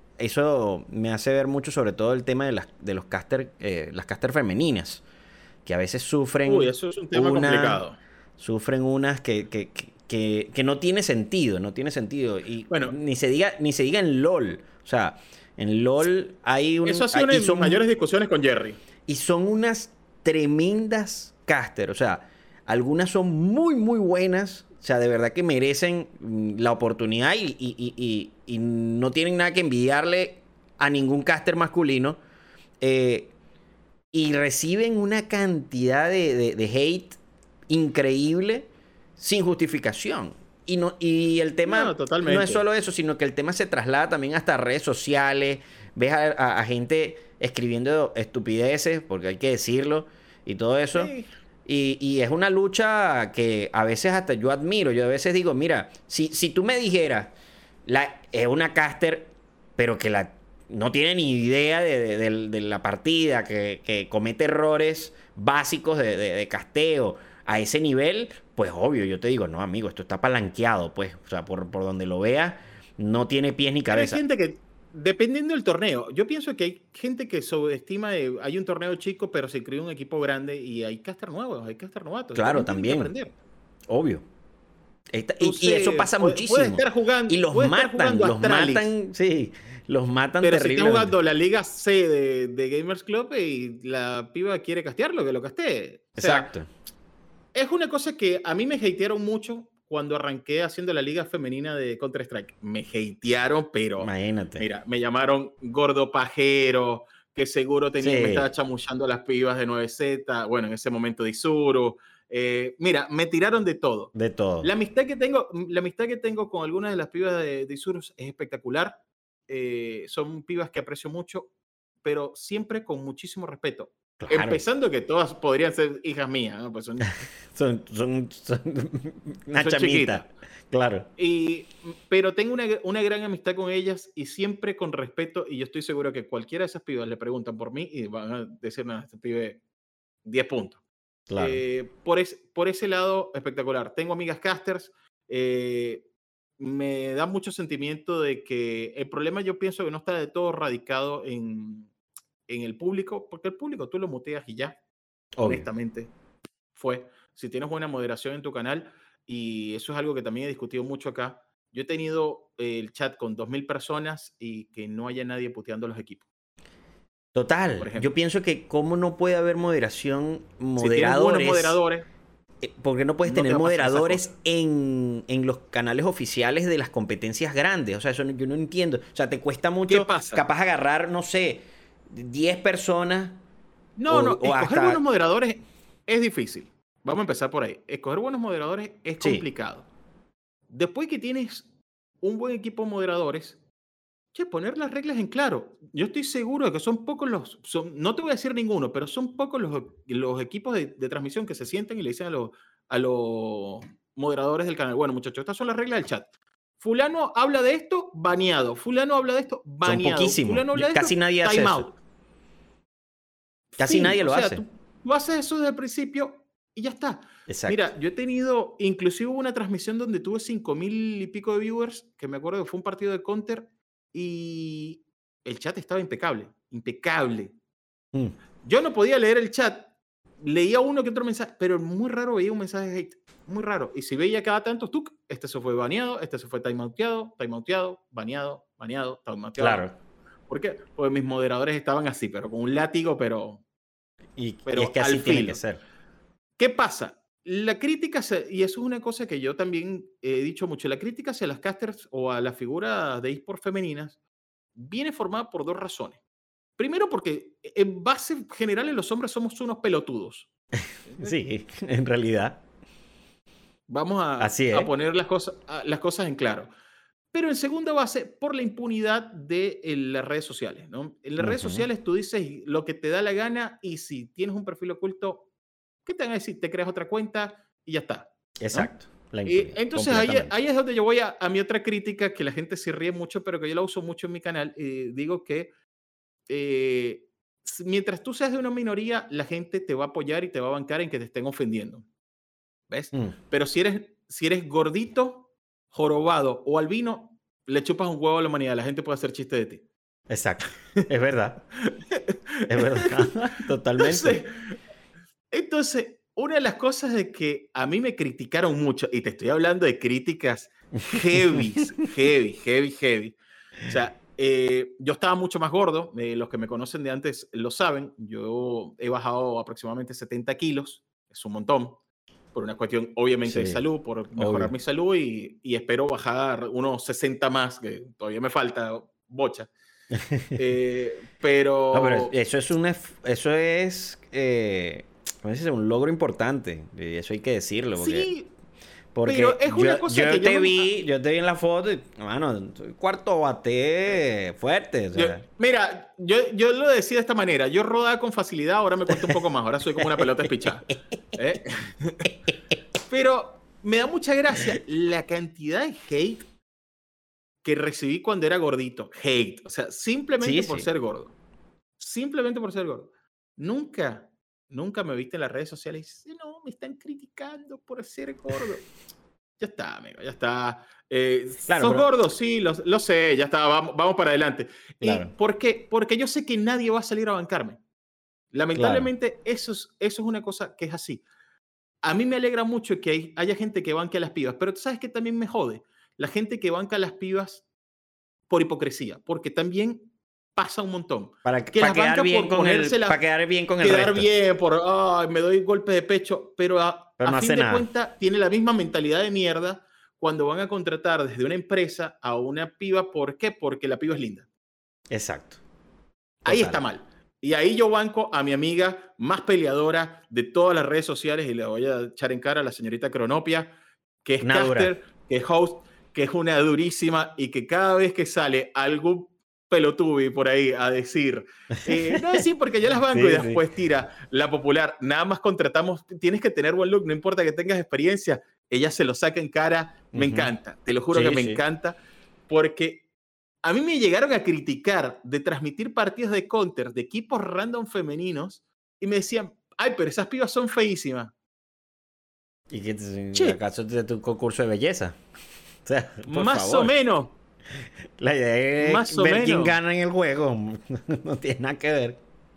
eso me hace ver mucho, sobre todo el tema de las, de los caster, eh, las caster femeninas, que a veces Uy, sufren eso es un tema una, complicado. sufren unas que, que, que, que- que no tiene sentido, no tiene sentido. Y Bueno, ni se diga, ni se diga en LOL. O sea, en LOL hay eso un. ha sido hay- una y de mis son, mayores discusiones con Jerry. y son unas tremendas caster. O sea, algunas son muy, muy buenas. O sea, de verdad que merecen mm, la oportunidad y, y- y- y- y no tienen nada que envidiarle a ningún caster masculino. Eh, y reciben una cantidad de, de- de hate increíble sin justificación. Y, no, y el tema No, no es totalmente. solo eso, sino que el tema se traslada también hasta redes sociales. Ves a, a- a gente escribiendo estupideces, porque hay que decirlo, y todo eso. Sí. Y, y es una lucha que a veces hasta yo admiro. Yo a veces digo, mira, si, si tú me dijeras, la, es una caster, pero que la, no tiene ni idea de, de, de, de la partida, que, que comete errores básicos de, de, de casteo a ese nivel, pues obvio, yo te digo, no, amigo, esto está palanqueado, pues, o sea, por, por donde lo veas, no tiene pies ni cabeza. Pero hay gente que, dependiendo del torneo, yo pienso que hay gente que subestima, de, hay un torneo chico, pero se crea un equipo grande y hay caster nuevos, hay caster novatos. Claro, también. Obvio. Esta, y, y eso pasa puede, muchísimo. Puede estar jugando, y los matan, los Astralis. matan, sí, los matan pero terriblemente. Si está jugando la Liga C de, de Gamers Club y la piba quiere castearlo, que lo castee. O sea, exacto. Es una cosa que a mí me hatearon mucho cuando arranqué haciendo la liga femenina de Counter-Strike. Me hatearon, pero... Imagínate. Mira, me llamaron gordo pajero, que seguro tenía, sí. me estaba chamullando las pibas de nueve Z, bueno, en ese momento de Isuru. Eh, mira, me tiraron de todo. De todo. La amistad que tengo, la amistad que tengo con algunas de las pibas de, de Isuru es espectacular. Eh, son pibas que aprecio mucho, pero siempre con muchísimo respeto. Claro. Empezando que todas podrían ser hijas mías, ¿no? Pues son, son, son, son una son chamita, chiquitas. Claro. Y, pero tengo una, una gran amistad con ellas y siempre con respeto, y yo estoy seguro que cualquiera de esas pibas le preguntan por mí y van a decir, no, este pibe diez puntos. Claro. Eh, por, es, por ese lado, espectacular. Tengo amigas casters, eh, me da mucho sentimiento de que el problema yo pienso que no está de todo radicado en... en el público, porque el público tú lo muteas y ya, obvio. Honestamente, fue. Si tienes buena moderación en tu canal, y eso es algo que también he discutido mucho acá, yo he tenido el chat con dos mil personas y que no haya nadie puteando los equipos. Total, yo pienso que cómo no puede haber moderación, moderadores. Si tienes buenos moderadores. Porque no puedes no tener moderadores en, en los canales oficiales de las competencias grandes. O sea, eso yo no entiendo. O sea, te cuesta mucho capaz agarrar, no sé, diez personas. No, o, no, o escoger hasta... buenos moderadores es difícil. Vamos a empezar por ahí. Escoger buenos moderadores es complicado. Sí. Después que tienes un buen equipo de moderadores, che, poner las reglas en claro. Yo estoy seguro de que son pocos los, son, no te voy a decir ninguno, pero son pocos los, los equipos de, de transmisión que se sienten y le dicen a los, a los moderadores del canal, bueno, muchachos, estas son las reglas del chat. Fulano habla de esto, baneado. Fulano habla de esto, baneado. Son poquísimos. Fulano habla de Casi esto, nadie hace time eso. out. Casi fin, nadie lo o sea, hace. Tú, tú haces eso desde el principio y ya está. Exacto. Mira, yo he tenido, inclusive hubo una transmisión donde tuve cinco mil y pico de viewers, que me acuerdo que fue un partido de Counter, y el chat estaba impecable, impecable. Mm. Yo no podía leer el chat, leía uno que otro mensaje, pero muy raro veía un mensaje de hate, muy raro. Y si veía cada tanto, tú, este se fue baneado, este se fue timeouteado, timeouteado, baneado, baneado, timeouteado. Claro. ¿Por qué? Porque mis moderadores estaban así, pero con un látigo, pero... Y, pero y es que así tiene que ser. ¿Qué pasa? La crítica, y eso es una cosa que yo también he dicho mucho, la crítica hacia las casters o a las figuras de eSports femeninas viene formada por dos razones. Primero, porque en base general los hombres somos unos pelotudos. Sí, en realidad. Vamos a, Así es. a poner las cosas, las cosas en claro. Pero en segunda base, por la impunidad de las redes sociales, ¿no? En las uh-huh. redes sociales tú dices lo que te da la gana y si tienes un perfil oculto, ¿qué te van a decir? Te creas otra cuenta y ya está, ¿no? Exacto. La y entonces ahí, ahí es donde yo voy a, a mi otra crítica, que la gente se ríe mucho, pero que yo la uso mucho en mi canal. Y digo que eh, mientras tú seas de una minoría, la gente te va a apoyar y te va a bancar en que te estén ofendiendo. ¿Ves? Mm. Pero si eres, si eres gordito, jorobado o albino, le chupas un huevo a la humanidad. La gente puede hacer chiste de ti. Exacto. Es verdad. Es verdad. Totalmente. Entonces, entonces, una de las cosas de que a mí me criticaron mucho, y te estoy hablando de críticas heavy, heavy, heavy, heavy. O sea, eh, yo estaba mucho más gordo. Eh, los que me conocen de antes lo saben. Yo he bajado aproximadamente setenta kilos. Es un montón. Por una cuestión, obviamente, sí, de salud, por mejorar obvio. mi salud y, y espero bajar unos sesenta más, que todavía me falta bocha. Eh, pero... No, pero eso es un... Eso es... Eh, ¿cómo se dice? Un logro importante. Y eso hay que decirlo. Porque sí. Porque Pero es una yo, cosa yo que te yo no- vi, yo te vi en la foto y, mano, soy cuarto bate fuerte, o Yo- sea. mira, yo, yo lo decía de esta manera. Yo rodaba con facilidad, ahora me cuesta un poco más. Ahora soy como una pelota espichada. ¿eh? Pero me da mucha gracia la cantidad de hate que recibí cuando era gordito. Hate. O sea, simplemente Sí, por sí. ser gordo. Simplemente por ser gordo. Nunca, nunca me viste en las redes sociales y dices, no, me están criticando por ser gordo. Ya está, amigo, ya está. Eh, Claro, ¿Sos pero, gordo? Sí, lo, lo sé, ya está, vamos, vamos para adelante. ¿Y claro, por qué? Porque yo sé que nadie va a salir a bancarme. claro. Lamentablemente, eso es, eso es una cosa que es así. A mí me alegra mucho que hay- haya gente que banque a las pibas, pero tú sabes que también me jode. La gente que banca a las pibas por hipocresía, porque también pasa un montón. Para, Que para las quedar banca bien por con el, ponérselas, para quedar bien con el quedar resto. bien, por, ay, me doy golpe de pecho, pero a, Pero a no fin hace de nada. cuentas tiene la misma mentalidad de mierda cuando van a contratar desde una empresa a una piba. ¿Por qué? Porque la piba es linda. Exacto. Ahí está Total. mal. Y ahí yo banco a mi amiga más peleadora de todas las redes sociales y le voy a echar en cara a la señorita Cronopia, que es Una dura. caster, que es host, que es una durísima y que cada vez que sale algún pelotubi por ahí a decir, eh, no, sí, porque yo las banco y Sí, sí. después tira la popular, nada más contratamos, tienes que tener buen look, no importa que tengas experiencia, ella se lo saca en cara, me Ujú. encanta, te lo juro que Sí, me sí. encanta, porque a mí me llegaron a criticar de transmitir partidos de counter de equipos random femeninos y me decían, ay, pero esas pibas son feísimas. ¿Y qué te- Che, acaso es tu concurso de belleza? O sea, por más o favor. menos, La idea es más o ver quién menos. gana en el juego. No tiene nada que ver.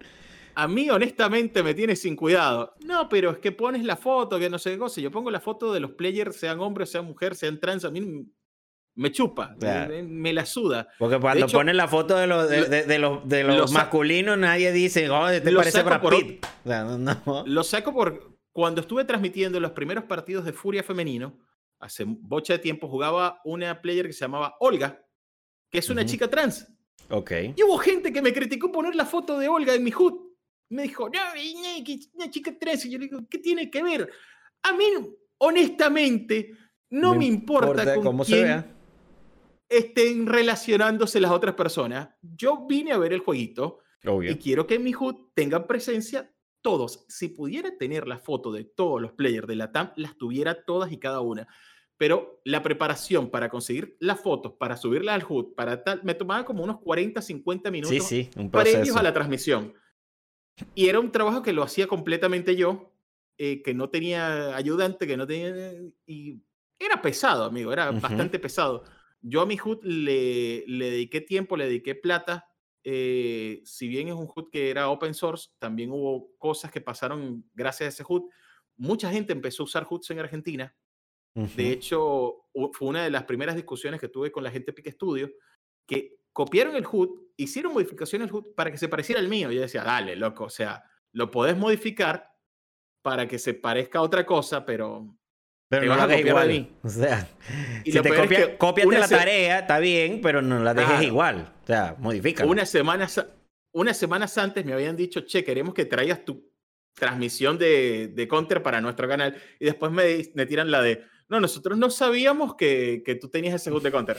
A mí, honestamente, me tiene sin cuidado. No, pero es que pones la foto, que no sé qué cosa. Yo pongo la foto de los players, sean hombres, sean mujeres, sean trans. A mí me chupa, O me, sea, me- me la suda. porque De cuando hecho, ponen la foto de los, de, lo, de- de los, de lo los sa- masculinos, nadie dice, oh, te lo parece saco Brad por, ot- Pitt. O sea, no. no. lo saco por cuando estuve transmitiendo los primeros partidos de Furia Femenino, hace bocha de tiempo, jugaba una player que se llamaba Olga, que es una Ujú. chica trans. Ok. Y hubo gente que me criticó poner la foto de Olga en mi H U D. Me dijo, no, no, que es una chica trans. Y yo le digo, ¿qué tiene que ver? A mí, honestamente, No no me importa importa con cómo se vea. quién estén relacionándose las otras personas. Yo vine a ver el jueguito Obvio. y quiero que en mi H U D tengan presencia todos. Si pudiera tener la foto de todos los players de la T A M, las tuviera todas y cada una. Pero la preparación para conseguir las fotos, para subirlas al H U D, para tal, me tomaba como unos cuarenta, cincuenta Sí, minutos sí, un previos a proceso. la transmisión. Y era un trabajo que lo hacía completamente yo, eh, que no tenía ayudante, que no tenía... Y era pesado, amigo, era Ujú. bastante pesado. Yo a mi H U D le, le dediqué tiempo, le dediqué plata. Eh, si bien es un H U D que era open source, también hubo cosas que pasaron gracias a ese H U D. Mucha gente empezó a usar H U Ds en Argentina. De Ujú. hecho, u- fue una de las primeras discusiones que tuve con la gente de Pique Studio, que copiaron el H U D, hicieron modificaciones al H U D para que se pareciera al mío. Yo decía, dale, loco, o sea, lo podés modificar para que se parezca a otra cosa, pero Pero te no vas lo a hagas copiar de igual. mí. O sea, Y si lo te peor es copia, que cópiate una, la se- tarea, está bien, pero no la dejes claro, igual. O sea, modifícala. una semana, sa- unas semanas antes me habían dicho, che, queremos que traigas tu transmisión de, de Counter para nuestro canal. Y después me, me tiran la de, no, nosotros no sabíamos que, que tú tenías ese H U D de Counter.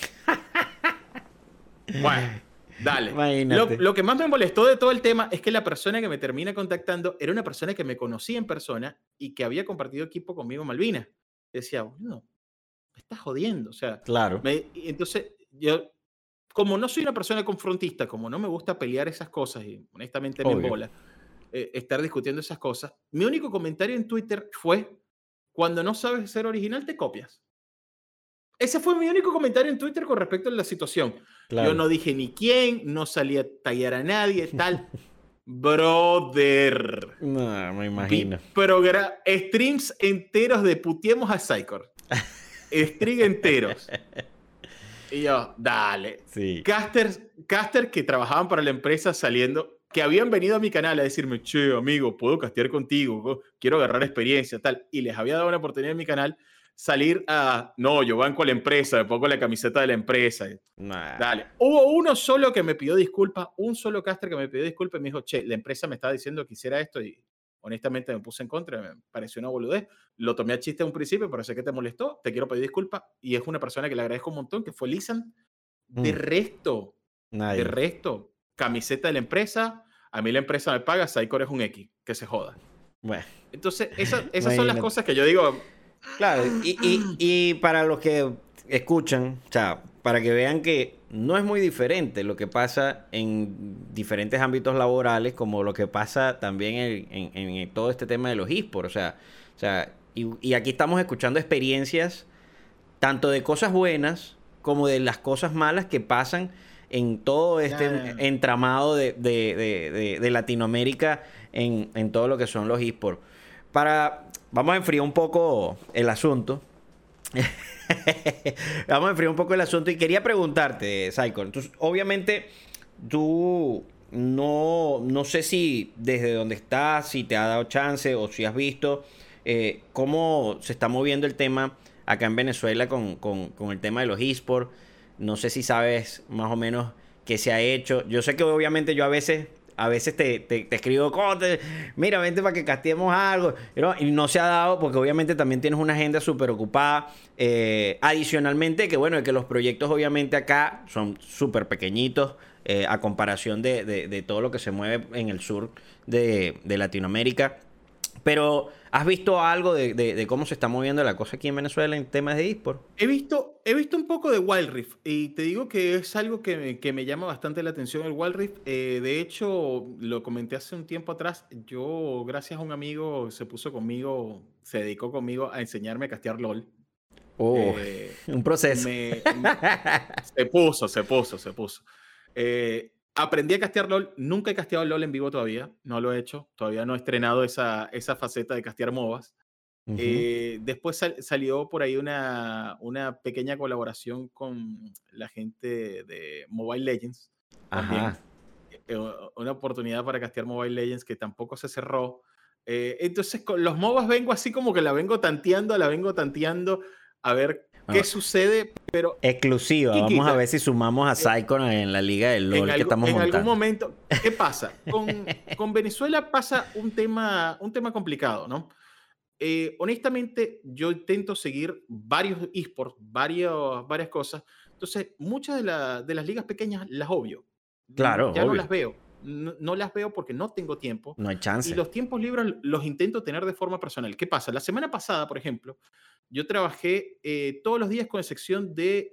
Bueno, dale. Lo, Imagínate. lo que más me molestó de todo el tema es que la persona que me termina contactando era una persona que me conocía en persona y que había compartido equipo conmigo en Malvinas. Decía, bueno, me estás jodiendo. O sea, Claro. me, y entonces yo, como no soy una persona confrontista, como no me gusta pelear esas cosas y honestamente me Obvio. embola eh, estar discutiendo esas cosas, mi único comentario en Twitter fue, cuando no sabes ser original, te copias. Ese fue mi único comentario en Twitter con respecto a la situación. Yo Claro. no dije ni quién, no salí a tallar a nadie, tal. Brother. No, me imagino. Vi progra- streams enteros de puteemos a Psychor. Stream enteros. Y yo, dale. Sí. Casters, casters que trabajaban para la empresa saliendo, que habían venido a mi canal a decirme, che, amigo, puedo castear contigo, quiero agarrar experiencia, tal. Y les había dado una oportunidad en mi canal salir a, no, yo banco a la empresa, me pongo la camiseta de la empresa. Nah. Dale. Hubo uno solo que me pidió disculpas, un solo caster que me pidió disculpas y me dijo, che, la empresa me estaba diciendo que hiciera esto y honestamente me puse en contra, me pareció una boludez. Lo tomé a chiste a un principio, pero sé que te molestó, te quiero pedir disculpas. Y es una persona que le agradezco un montón, que fue Lisan. De Mm, resto, de nadie. resto, camiseta de la empresa, a mí la empresa me paga, Saicor es un X, que se joda. Bueno, Entonces, esa- esas son las imagínate. cosas que yo digo, Claro, y, y, y para los que escuchan, o sea, para que vean que no es muy diferente lo que pasa en diferentes ámbitos laborales como lo que pasa también en, en- en todo este tema de los esports. O sea, o sea y, y aquí estamos escuchando experiencias tanto de cosas buenas como de las cosas malas que pasan en todo este nah, entramado de, de- de- de- de Latinoamérica en, en todo lo que son los esports. Para, vamos a enfriar un poco el asunto. Vamos a enfriar un poco el asunto y quería preguntarte, Saiko. Entonces, obviamente, tú no, no sé si desde donde estás, si te ha dado chance o si has visto eh, cómo se está moviendo el tema acá en Venezuela con, con- con el tema de los esports. No sé si sabes más o menos qué se ha hecho. Yo sé que obviamente yo a veces, a veces te, te, te escribo, "Conte, mira, vente para que casteemos algo". ¿No? Y no se ha dado porque obviamente también tienes una agenda súper ocupada. Eh, adicionalmente, que bueno, que los proyectos obviamente acá son súper pequeñitos eh, a comparación de, de- de todo lo que se mueve en el sur de, de Latinoamérica. Pero, ¿has visto algo de, de- de cómo se está moviendo la cosa aquí en Venezuela en temas de eSport? he visto, he visto un poco de Wild Rift y te digo que es algo que me, que me llama bastante la atención el Wild Rift. Eh, de hecho, lo comenté hace un tiempo atrás. Yo, gracias a un amigo, se puso conmigo, se dedicó conmigo a enseñarme a castear LOL. Oh, Eh, un proceso. me, Se puso, se puso, se puso. Eh, aprendí a castear LOL. Nunca he casteado LOL en vivo todavía. No lo he hecho. Todavía no he estrenado esa, esa faceta de castear MOBAs. Ujú. Eh, después sal- salió por ahí una, una pequeña colaboración con la gente de Mobile Legends Ajá. también. Eh, una oportunidad para castear Mobile Legends que tampoco se cerró. Eh, entonces, con los MOBAs vengo así como que la vengo tanteando, la vengo tanteando a ver qué Bueno, sucede, pero exclusiva. ¿qué Vamos a quita? ver si sumamos a Eh, Psycho en la liga del en, LOL que algo, estamos en algún montando. momento, ¿qué pasa? Con, con Venezuela pasa un tema, un tema complicado, ¿no? Eh, honestamente, yo intento seguir varios esports, varios, varias cosas. Entonces, muchas de, la- de las ligas pequeñas las obvio. Mm, Claro, Ya no obvio. las veo. No, no las veo porque no tengo tiempo. No hay Y chance. los tiempos libres los intento tener de forma personal. ¿Qué pasa? La semana pasada, por ejemplo, yo trabajé eh, todos los días con excepción de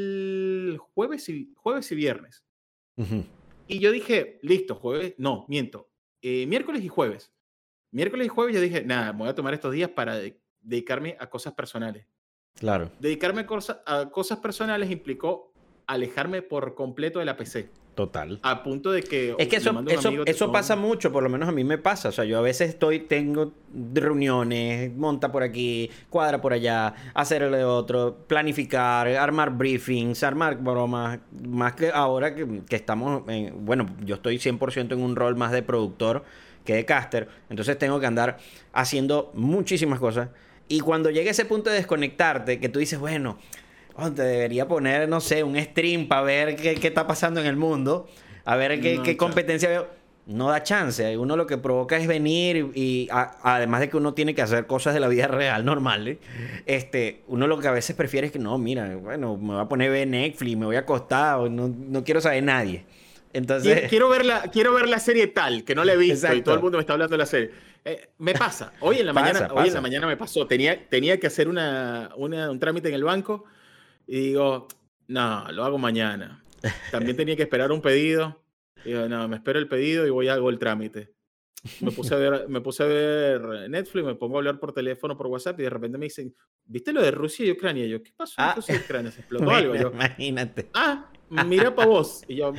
el jueves y, jueves y viernes. Ujú. Y yo dije, listo, jueves, no, miento, eh, miércoles y jueves. Miércoles y jueves yo dije, nada, me voy a tomar estos días para de- dedicarme a cosas personales. Claro. Dedicarme a, cosa- a cosas personales implicó alejarme por completo de la P C. Total. A punto de que Es que le eso, mando a un eso, amigo, te eso pasa tengo- mucho, por lo menos a mí me pasa. O sea, yo a veces estoy, tengo reuniones, monta por aquí, cuadra por allá, hacer el de otro, planificar, armar briefings, armar bromas. Más que ahora que, que estamos, en, bueno, yo estoy cien por ciento en un rol más de productor que de caster. Entonces tengo que andar haciendo muchísimas cosas. Y cuando llega ese punto de desconectarte, que tú dices, bueno, oh, te debería poner, no sé, un stream para ver qué, qué está pasando en el mundo. A ver qué, no qué hay chance. competencia veo. No da chance. Uno lo que provoca es venir y, y a- además de que uno tiene que hacer cosas de la vida real, normales, este, uno lo que a veces prefiere es que no, mira, bueno, me voy a poner a ver Netflix, me voy a acostar, o no, no quiero saber nadie. Quiero, Entonces, quiero ver la, quiero ver la serie tal, que no la he visto y todo el exacto. mundo me está hablando de la serie. Eh, me pasa. Hoy en la mañana, Pasa, hoy en la pasa. mañana me pasó. Tenía, tenía que hacer una, una- un trámite en el banco y digo, no, lo hago mañana. También tenía que esperar un pedido. Digo, no, me espero el pedido y voy a hago el trámite. Me puse a ver, me puse a ver Netflix, me pongo a hablar por teléfono, por WhatsApp y de repente me dicen, ¿viste lo de Rusia y Ucrania? Y yo, ¿qué pasó en Ah, Rusia y Ucrania? ¿Se explotó algo? bueno, Yo, imagínate. ah, mira para vos. Y yo,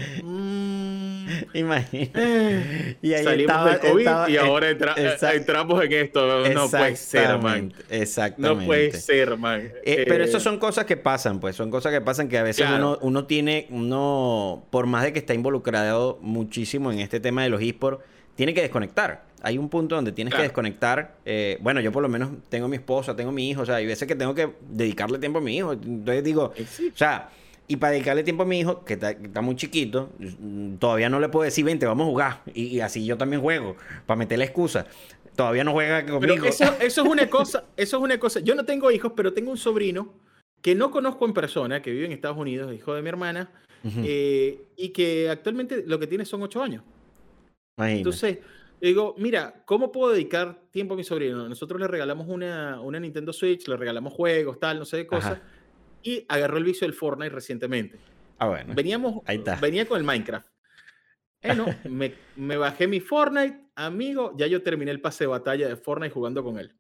mmm, Imagínate. eh, Y ahí salimos estaba, del COVID estaba, y es- ahora entra- eh, esa- entramos en esto. No puede ser, man. exactamente, No puede exactamente. ser, man. Eh, pero eso Eh, son cosas que pasan, pues, son cosas que pasan que a veces uno, claro, uno tiene, uno, por más de que está involucrado muchísimo en este tema de los esports, tiene que desconectar. Hay un punto donde tienes que claro. desconectar. Eh, bueno, yo por lo menos tengo mi esposa, tengo mi hijo, o sea, hay veces que tengo que dedicarle tiempo a mi hijo. Entonces digo, Eh, sí, o sea, y para dedicarle tiempo a mi hijo, que está, que está muy chiquito, mm, todavía no le puedo decir, vente, vamos a jugar. Y, y así yo también juego, para meter la excusa. Todavía no juega Pero conmigo. eso, eso es una cosa, eso es una cosa. Yo no tengo hijos, pero tengo un sobrino que no conozco en persona, que vive en Estados Unidos, hijo de mi hermana, Ujú. eh, y que actualmente lo que tiene son ocho años. Imagínate. Entonces, digo, mira, ¿cómo puedo dedicar tiempo a mi sobrino? Nosotros le regalamos una, una Nintendo Switch, le regalamos juegos, tal, no sé de cosas, Ajá. y agarró el vicio del Fortnite recientemente. Ah, bueno. Veníamos, Ahí está. venía con el Minecraft. Eh, no, me, me bajé mi Fortnite, amigo, ya yo terminé el pase de batalla de Fortnite jugando con él.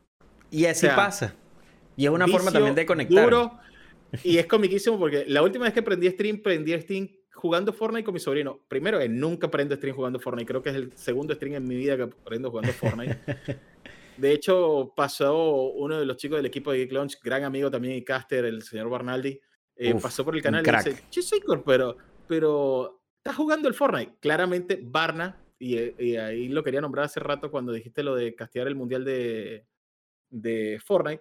Y O así sea, pasa. Y es una forma vicio también de conectar. duro, y es comiquísimo porque la última vez que prendí stream, prendí stream jugando Fortnite con mi sobrino. Primero, que nunca prendo stream jugando Fortnite. Creo que es el segundo stream en mi vida que prendo jugando Fortnite. De hecho, pasó uno de los chicos del equipo de Geek Launch, gran amigo también y caster, el señor Barnaldi, eh, Uf, pasó por el un canal y crack. dice, che, Sicor, pero, pero estás jugando el Fortnite. Claramente, Barna, y, y ahí lo quería nombrar hace rato cuando dijiste lo de castear el mundial de, de Fortnite.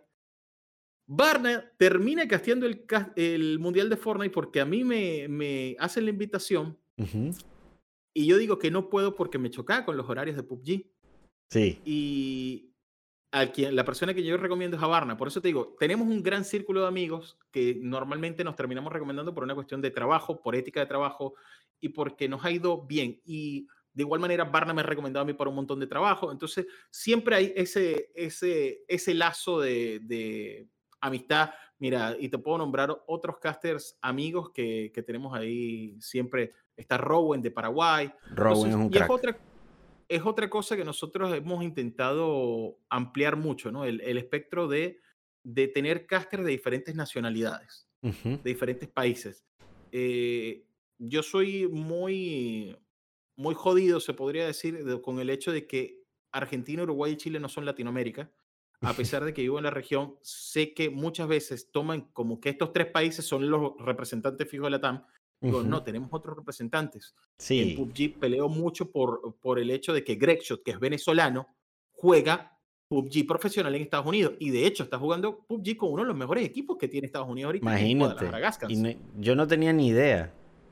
Barna termina casteando el, ca- el mundial de Fortnite porque a mí me, me hacen la invitación Ujú. y yo digo que no puedo porque me chocaba con los horarios de P U B G. Sí. Y a quien, la persona que yo recomiendo es a Barna. Por eso te digo, tenemos un gran círculo de amigos que normalmente nos terminamos recomendando por una cuestión de trabajo, por ética de trabajo y porque nos ha ido bien. Y de igual manera, Barna me ha recomendado a mí para un montón de trabajo. Entonces, siempre hay ese, ese, ese lazo de, de amistad. Mira, y te puedo nombrar otros casters amigos que, que tenemos ahí siempre. Está Rowan de Paraguay. Rowan es Entonces, un y es crack. otra, es otra cosa que nosotros hemos intentado ampliar mucho, ¿no? El, el espectro de, de tener casters de diferentes nacionalidades, Ujú. de diferentes países. Eh, yo soy muy, muy jodido, se podría decir, de- con el hecho de que Argentina, Uruguay y Chile no son Latinoamérica. A pesar de que vivo en la región, sé que muchas veces toman como que estos tres países son los representantes fijos de la T A M. Digo, Ujú. no, tenemos otros representantes. En Sí. P U B G peleo mucho por, por el hecho de que Gregshot, que es venezolano, juega P U B G profesional en Estados Unidos. Y de hecho está jugando P U B G con uno de los mejores equipos que tiene Estados Unidos ahorita, que es Guadalajara Imagínate. Y Gaskins. no- yo no tenía ni idea.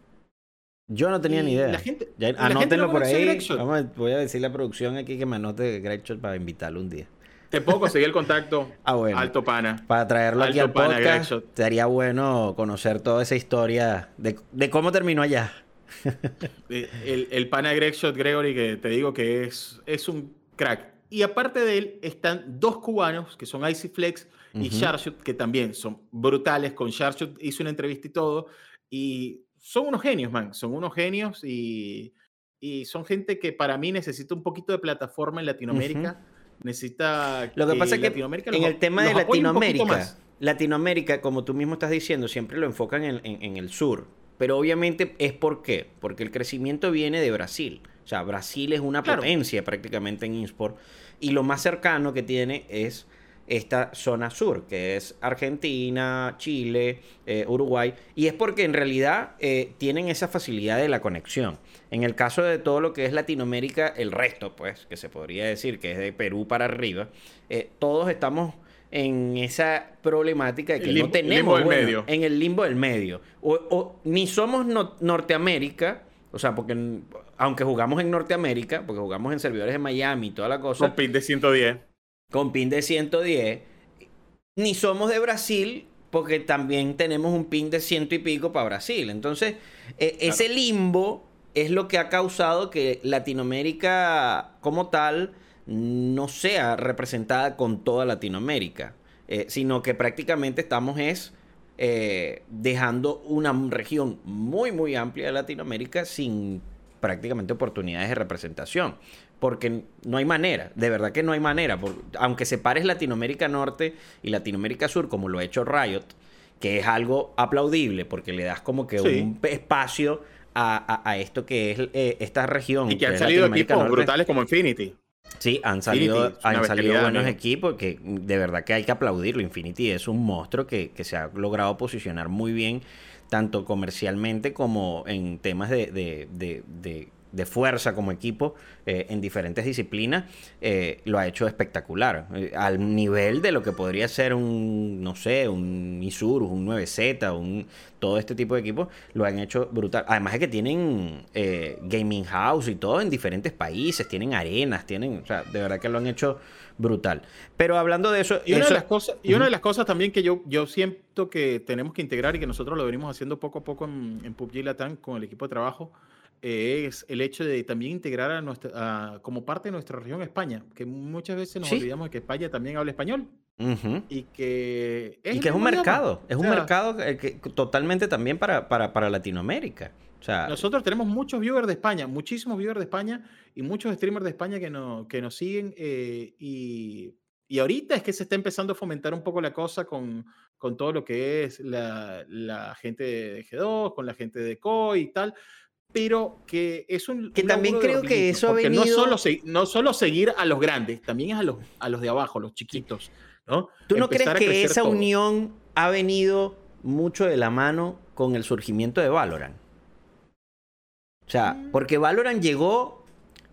Yo no tenía ni Y la idea. gente, Ya, y la gente no anótenlo por conoce a ahí. Gregshot. Vamos a- voy a decirle a la producción aquí que me anote Gregshot para invitarlo un día. Te puedo conseguir el contacto. Ah, bueno. Alto pana. Para traerlo aquí Alto al pana, podcast, Gregshot. sería bueno conocer toda esa historia de, de cómo terminó allá. Eh, El, el pana Gregshot Gregory, que te digo que es, es un crack. Y aparte de él, están dos cubanos, que son Icy Flex y Ujú. Sharshot, que también son brutales. Con Sharshot hice una entrevista y todo. Y son unos genios, man. Son unos genios y, y son gente que para mí necesita un poquito de plataforma en Ujú. Latinoamérica. Necesita Lo que pasa que es que Latinoamérica en los, el tema de los apoye un poquito Latinoamérica, más. Latinoamérica, como tú mismo estás diciendo, siempre lo enfocan en, en- en el sur. Pero obviamente es por qué. Porque el crecimiento viene de Brasil. O sea, Brasil es una Claro, potencia prácticamente en eSport. Y lo más cercano que tiene es esta zona sur, que es Argentina, Chile, eh, Uruguay. Y es porque en realidad eh, tienen esa facilidad de la conexión. En el caso de todo lo que es Latinoamérica, el resto, pues, que se podría decir que es de Perú para arriba, eh, todos estamos en esa problemática de que el no limbo, el limbo tenemos, del bueno, medio. en el limbo del medio. O, o ni somos no- Norteamérica, o sea, porque n- aunque jugamos en Norteamérica, porque jugamos en servidores de Miami y toda la cosa, Con pin de ciento diez. con pin de ciento diez, ni somos de Brasil, porque también tenemos un pin de ciento y pico para Brasil. Entonces, eh, ese Claro. limbo es lo que ha causado que Latinoamérica como tal no sea representada con toda Latinoamérica, eh, sino que prácticamente estamos es eh, dejando una región muy, muy amplia de Latinoamérica sin prácticamente oportunidades de representación. Porque no hay manera, de verdad que no hay manera. Por- aunque separes Latinoamérica Norte y Latinoamérica Sur, como lo ha hecho Riot, que es algo aplaudible, porque le das como que Sí. un espacio a, a- a esto que es eh, esta Y región, que que han es salido Latinoamérica equipos Norte. brutales como Infinity. Sí, han Infinity salido, es una han salido bestialidad, buenos amigo. equipos que de verdad que hay que aplaudirlo. Infinity es un monstruo que, que se ha logrado posicionar muy bien, tanto comercialmente como en temas de, de- de- de de fuerza como equipo eh, en diferentes disciplinas, eh, lo ha hecho espectacular. Eh, al nivel de lo que podría ser un, no sé, un Isurus, un nueve Z, un, todo este tipo de equipos, lo han hecho brutal. Además de que tienen eh, gaming house y todo en diferentes países, tienen arenas, tienen, o sea, de verdad que lo han hecho brutal. Pero hablando de eso... Y una, eso de las cosas, y uh-huh. una de las cosas también que yo, yo siento que tenemos que integrar y que nosotros lo venimos haciendo poco a poco en, en P U B G Latam con el equipo de trabajo, eh, es el hecho de también integrar a nuestra, a, como parte de nuestra región España, que muchas veces nos ¿Sí? olvidamos de que España también habla español. Uh-huh. Y que es, y que es un mercado, idioma. es O un sea, mercado que, que, totalmente también para, para, para Latinoamérica. O sea, nosotros tenemos muchos viewers de España, muchísimos viewers de España y muchos streamers de España que, no, que nos siguen. Eh, y, y ahorita es que se está empezando a fomentar un poco la cosa con, con todo lo que es la, la gente de G dos, con la gente de C O I y tal. Pero que es un, que un también laburo de creo que hormiguita, eso ha porque no venido... solo, se, no solo seguir a los grandes, también es a los, a los de abajo, a los chiquitos, ¿no? ¿Tú no crees Empezar a que crecer esa todo. unión ha venido mucho de la mano con el surgimiento de Valorant? O sea, porque Valorant llegó,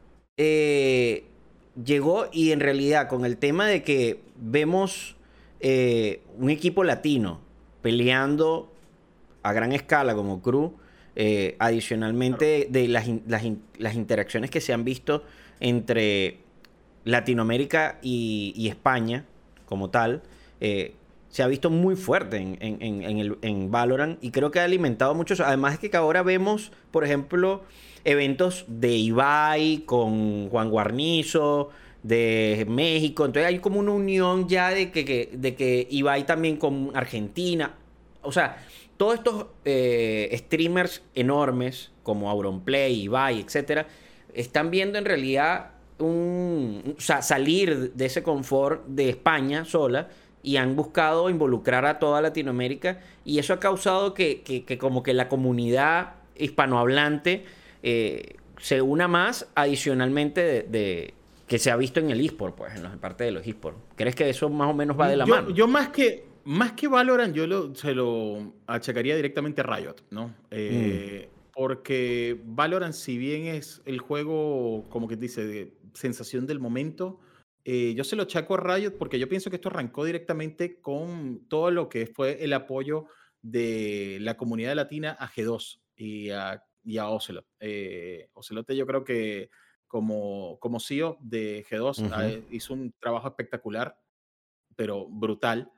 eh, llegó y en realidad con el tema de que vemos eh, un equipo latino peleando a gran escala como crew, eh, adicionalmente de las, in- las, in- las interacciones que se han visto entre Latinoamérica y, y España como tal, eh, se ha visto muy fuerte en, en, en, en el, en Valorant y creo que ha alimentado mucho eso. Además es que ahora vemos, por ejemplo, eventos de Ibai con Juan Guarnizo, de México. Entonces hay como una unión ya de que, que, de que Ibai también con Argentina. O sea, todos estos eh, streamers enormes como Auronplay, Ibai, etcétera, están viendo en realidad un, o sea, salir de ese confort de España sola y han buscado involucrar a toda Latinoamérica y eso ha causado que, que, que como que la comunidad hispanohablante eh, se una más adicionalmente de, de que se ha visto en el eSport, pues, en la parte de los eSports. ¿Crees que eso más o menos va de la Yo, mano? yo más que, más que Valorant, yo lo, se lo achacaría directamente a Riot, ¿no? Mm. Eh, porque Valorant, si bien es el juego, como que dice, de sensación del momento, eh, yo se lo achaco a Riot porque yo pienso que esto arrancó directamente con todo lo que fue el apoyo de la comunidad latina a G dos y a, y a Ocelot. Eh, Ocelote yo creo que como, como C E O de G dos Uh-huh. eh, hizo un trabajo espectacular, pero brutal.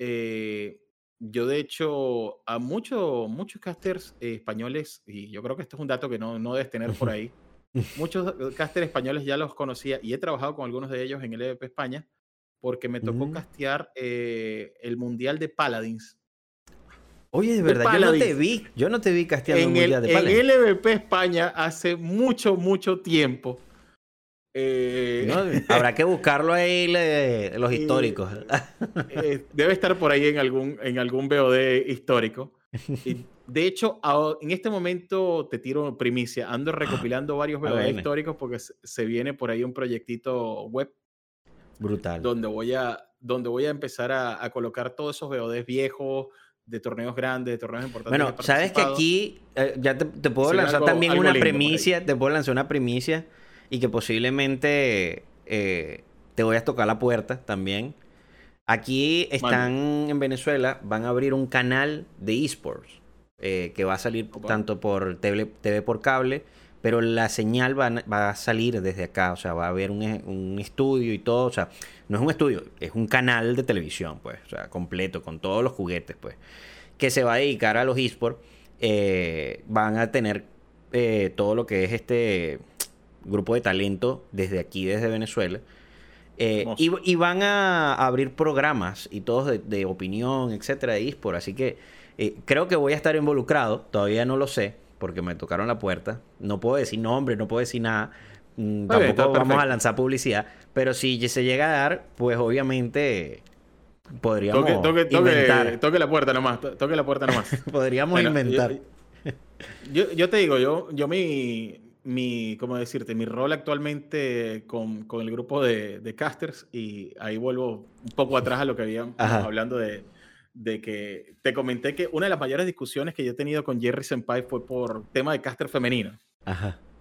Eh, yo, de hecho, a muchos muchos casters eh, españoles, y yo creo que esto es un dato que no, no debes tener por ahí, muchos eh, casters españoles ya los conocía y he trabajado con algunos de ellos en el E V P España porque me tocó Mm. castear eh, el Mundial de Paladins. Oye, de De verdad, yo no te Paladins. vi. Yo no te vi casteando el En el, Mundial de en Paladins. el E V P España hace mucho, mucho tiempo. Eh, No, habrá que buscarlo ahí, le- los y, históricos. eh, debe estar por ahí en algún, en algún V O D histórico. Y de hecho, a- en este momento te tiro primicia. Ando recopilando varios Ah, V O D bueno. históricos porque se, se viene por ahí un proyectito web Brutal. donde voy a, donde voy a empezar a, a colocar todos esos V O Ds viejos de torneos grandes, de torneos importantes que he Bueno, sabes que participado. aquí eh, ya te, te Y puedo se viene lanzar algo, también algo una lindo por ahí. primicia, te puedo lanzar una primicia y que posiblemente eh, te voy a tocar la puerta también. Aquí Mándeme. están en Venezuela, van a abrir un canal de esports eh, que va a salir Opa. tanto por T V, T V por cable, pero la señal va, a- va a salir desde acá, o sea, va a haber un, e- un estudio y todo, o sea, no es un estudio, es un canal de televisión, pues, o sea, completo, con todos los juguetes, pues, que se va a dedicar a los esports. Eh, van a tener eh, todo lo que es este grupo de talento desde aquí, desde Venezuela. Eh, y, Hermoso. y van a abrir programas y todos de, de opinión, etcétera, de eSport. Así que eh, creo que voy a estar involucrado. Todavía no lo sé, porque me tocaron la puerta. No puedo decir nombre, no puedo decir nada. Mm, Está bien, está tampoco vamos a perfecto. lanzar publicidad. Pero si se llega a dar, pues obviamente podríamos Toque, toque, toque, inventar. toque la puerta nomás. to- Toque la puerta nomás. Podríamos Bueno, yo, inventar. yo, yo te digo, yo, yo mi, mi, ¿cómo decirte? Mi rol actualmente con, con el grupo de, de casters, y ahí vuelvo un poco atrás a lo que habíamos Ajá. hablando de, de que te comenté que una de las mayores discusiones que yo he tenido con Jerry Senpai fue por tema de caster femenino. Ajá.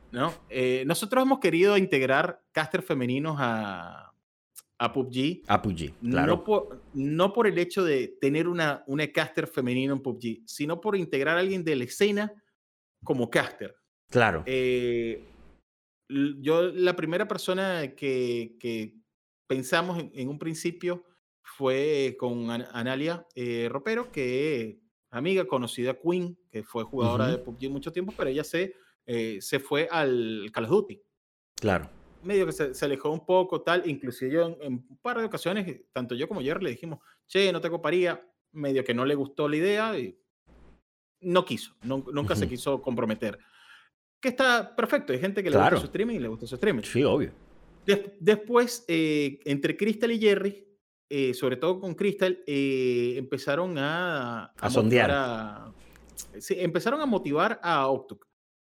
¿no? Eh, nosotros hemos querido integrar casters femeninos a, a P U B G. A P U B G, No claro. por, no por el hecho de tener una, una caster femenino en P U B G, sino por integrar a alguien de la escena como caster. Claro. Eh, l- yo, la primera persona que, que pensamos en, en un principio fue con An- Analia eh, Ropero, que es amiga, conocida Queen, que fue jugadora Ujú, de P U B G mucho tiempo, pero ella se, eh, se fue al Call of Duty. claro. Medio que se, se alejó un poco, tal. Inclusive yo en, en un par de ocasiones, eh, tanto yo como Jerry le dijimos, che, no te coparía. Medio que no le gustó la idea y no quiso, no- nunca se Ujú, quiso comprometer. Que está perfecto, hay gente que le gusta su claro. streaming y le gusta su streaming. Sí, obvio. Des- después, eh, entre Crystal y Jerry, eh, sobre todo con Crystal, eh, empezaron a, A a motivar sondear. a... Sí, empezaron a motivar a Octuk.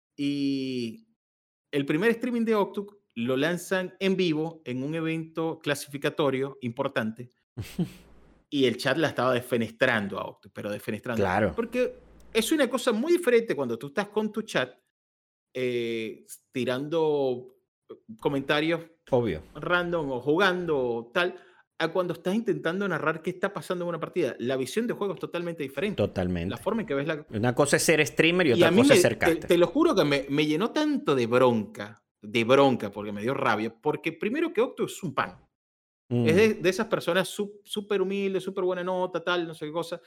Y el primer streaming de Octuk lo lanzan en vivo en un evento clasificatorio importante y el chat la estaba defenestrando a Octuk, pero defenestrando. Claro. Porque es una cosa muy diferente cuando tú estás con tu chat eh, tirando comentarios Obvio. random o jugando o tal, a cuando estás intentando narrar qué está pasando en una partida. La visión de juego es totalmente diferente. La Totalmente. forma en que ves la... Una cosa es ser streamer y Y a otra mí, cosa me, es ser te, caster. te lo juro que me, me llenó tanto de bronca, de bronca, porque me dio rabia, porque primero que Octo es un pan. Es Mm, de, de esas personas sú- súper humildes, súper buena nota, tal, no sé qué cosa.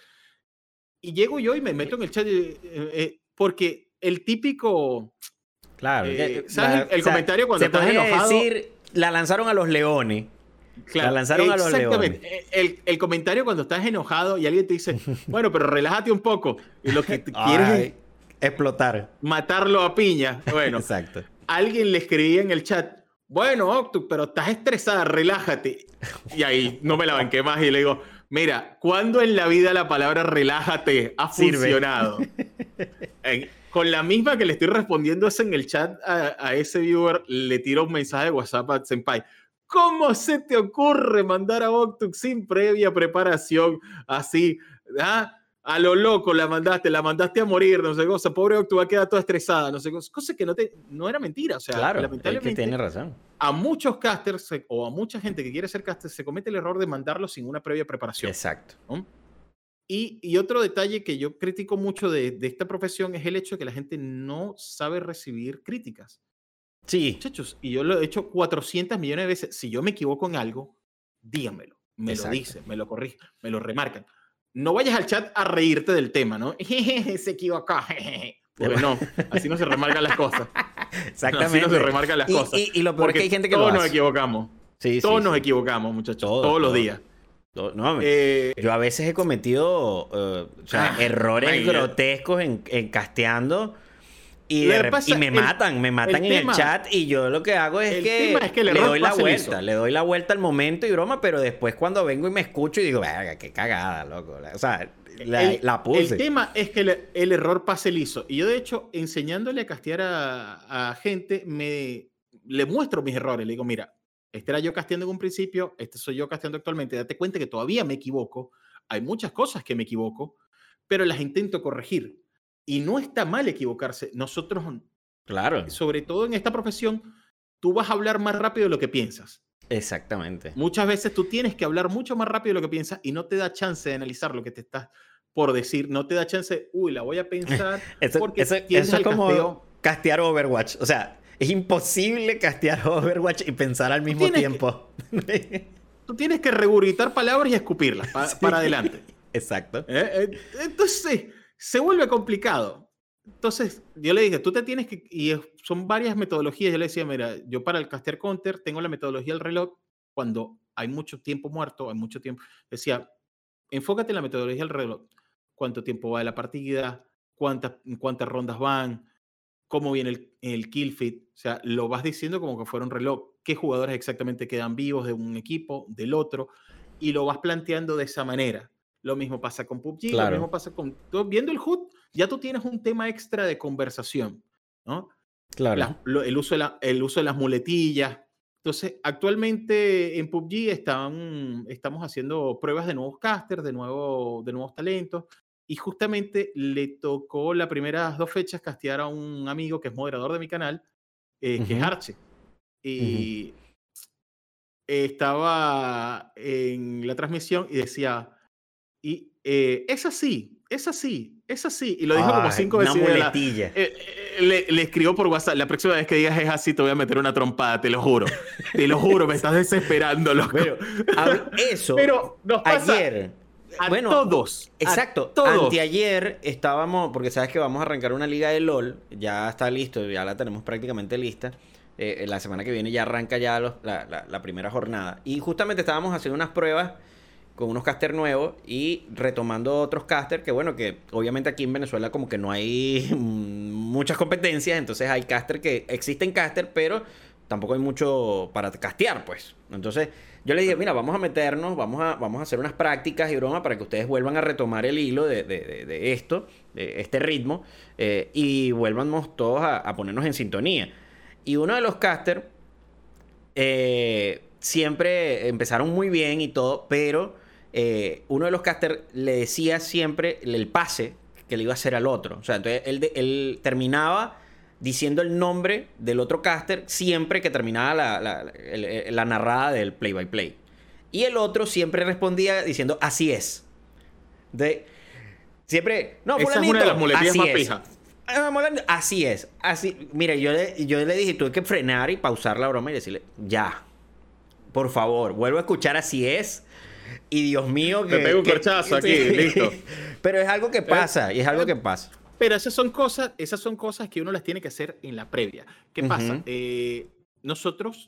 Y llego yo y me meto en el chat eh, eh, porque el típico, claro. eh, que- ¿sabes? la- El, el o sea, comentario cuando se estás podría enojado. decir, la lanzaron a los leones. La Claro, lanzaron a los leones. exactamente. E- El, el comentario cuando estás enojado y alguien te dice, bueno, pero relájate un poco. Y lo que te quieres es Ay, explotar. matarlo a piña. Bueno, Exacto. alguien le escribía en el chat, bueno, Octu, pero estás estresada, relájate. Y ahí no me la banqué más y le digo, mira, ¿cuándo en la vida la palabra relájate ha Sirve. funcionado? En- con la misma que le estoy respondiendo eso en el chat a, a ese viewer, le tiro un mensaje de WhatsApp a Senpai. ¿Cómo se te ocurre mandar a Octux sin previa preparación? Así, ¿ah? A lo loco la mandaste, la mandaste a morir, no sé qué cosa. Pobre Octux va a quedar toda estresada, no sé qué cosa. Cosa que no, te, no era mentira. O sea, Claro, es que tiene lamentablemente, razón. a muchos casters se- o a mucha gente que quiere ser caster se comete el error de mandarlo sin una previa preparación. Exacto. ¿No? Y, y otro detalle que yo critico mucho de, de esta profesión es el hecho de que la gente no sabe recibir críticas. Sí, Muchachos, y yo lo he hecho cuatrocientas millones de veces. Si yo me equivoco en algo, díganmelo. Me lo exacto. dicen, me lo corrigen, me lo remarcan. No vayas al chat a reírte del tema, ¿no? Se equivocó. Porque no, así no se remarcan las cosas. Exactamente. Así no se remarcan las y, cosas. Y, y lo peor es que hay gente que todos lo nos hace. equivocamos. Sí, todos sí, nos sí. equivocamos, muchachos. Todo, todos los todo. días. Todo- No, Eh, yo a veces he cometido uh, o sea, ah, errores ay, grotescos en, en casteando y, Lo de que rep- pasa, y me el- matan, me matan el en tema- el chat y yo lo que hago es el que, tema es que el le error doy la pasa vuelta, liso. le doy la vuelta al momento y broma, pero después cuando vengo y me escucho y digo, verga, qué cagada, loco. O sea, la, el, la puse. el tema es que el, el error pase liso. Y yo, de hecho, enseñándole a castear a, a gente, me le muestro mis errores. Le digo, mira, este era yo casteando en un principio, este soy yo casteando actualmente. Date cuenta que todavía me equivoco. Hay muchas cosas que me equivoco, pero las intento corregir. Y no está mal equivocarse. Nosotros, Claro, sobre todo en esta profesión, tú vas a hablar más rápido de lo que piensas. exactamente. Muchas veces tú tienes que hablar mucho más rápido de lo que piensas y no te da chance de analizar lo que te estás por decir. No te da chance, uy, la voy a pensar Eso, porque eso, tienes eso es al como casteo. castear Overwatch. O sea, es imposible castear Overwatch y pensar al mismo tienes tiempo. Tú tienes que regurgitar palabras y escupirlas pa- Sí. para adelante. Exacto. ¿Eh? Eh, Entonces, se vuelve complicado. Entonces, yo le dije, tú te tienes que... Y es- son varias metodologías. Yo le decía, mira, yo para el castear counter tengo la metodología del reloj. Cuando hay mucho tiempo muerto, hay mucho tiempo... Decía, enfócate en la metodología del reloj. ¿Cuánto tiempo va de la partida? ¿Cuántas, cuántas rondas van? ¿Cómo viene el, el kill feed? O sea, lo vas diciendo como que fuera un reloj. ¿Qué jugadores exactamente quedan vivos de un equipo, del otro? Y lo vas planteando de esa manera. Lo mismo pasa con P U B G, lo Claro. mismo pasa con... tú viendo el H U D, ya tú tienes un tema extra de conversación, ¿no? Claro. La- lo- el, uso de la- el uso de las muletillas. Entonces, actualmente en P U B G están, estamos haciendo pruebas de nuevos casters, de, nuevo, de nuevos talentos, y justamente le tocó las primeras dos fechas castear a un amigo que es moderador de mi canal, eh, que es Ujú, Arche. ujú. Y estaba en la transmisión y decía, y, eh, es así, es así, es así. Y lo dijo como Ay, cinco una veces. Y de la, muletilla. eh, eh, le, le escribió por WhatsApp, la próxima vez que digas es así, te voy a meter una trompada, te lo juro. Te lo juro, me estás desesperando, loco. Bueno, habl- eso, Pero nos pasa ayer, a bueno, bu- todos, a exacto, todos. anteayer estábamos, porque sabes que vamos a arrancar una liga de LOL, ya está listo, ya la tenemos prácticamente lista. Eh, la semana que viene ya arranca ya los- la, la- la primera jornada. Y justamente estábamos haciendo unas pruebas con unos casters nuevos y retomando otros casters que bueno, que obviamente aquí en Venezuela como que no hay mm, muchas competencias, entonces hay caster que existen caster, pero tampoco hay mucho para castear, pues. Entonces yo le dije, mira, vamos a meternos, vamos a, vamos a hacer unas prácticas y broma para que ustedes vuelvan a retomar el hilo de, de- de- de esto, de este ritmo, eh, y vuelvamos todos a, a ponernos en sintonía. Y uno de los casters eh, siempre empezaron muy bien y todo, pero eh, uno de los casters le decía siempre el pase que le iba a hacer al otro. O sea, entonces él, de- él terminaba diciendo el nombre del otro caster siempre que terminaba la, la- la- el- la narrada del play by play. Y el otro siempre respondía diciendo así es. De, siempre, no, Esa es una de las fulanito, muletillas así más es. fijas. Ah, Molando, así es. Así, mire, yo le, yo le dije, tuve que frenar y pausar la broma y decirle, ya, por favor, vuelvo a escuchar así es. Y Dios mío, Me pego que, un corchazo que aquí, listo. sí. Pero es algo que Eh, pasa, y es algo eh, que pasa. Pero esas son cosas, esas son cosas que uno las tiene que hacer en la previa. ¿Qué pasa? Ujú. Eh, nosotros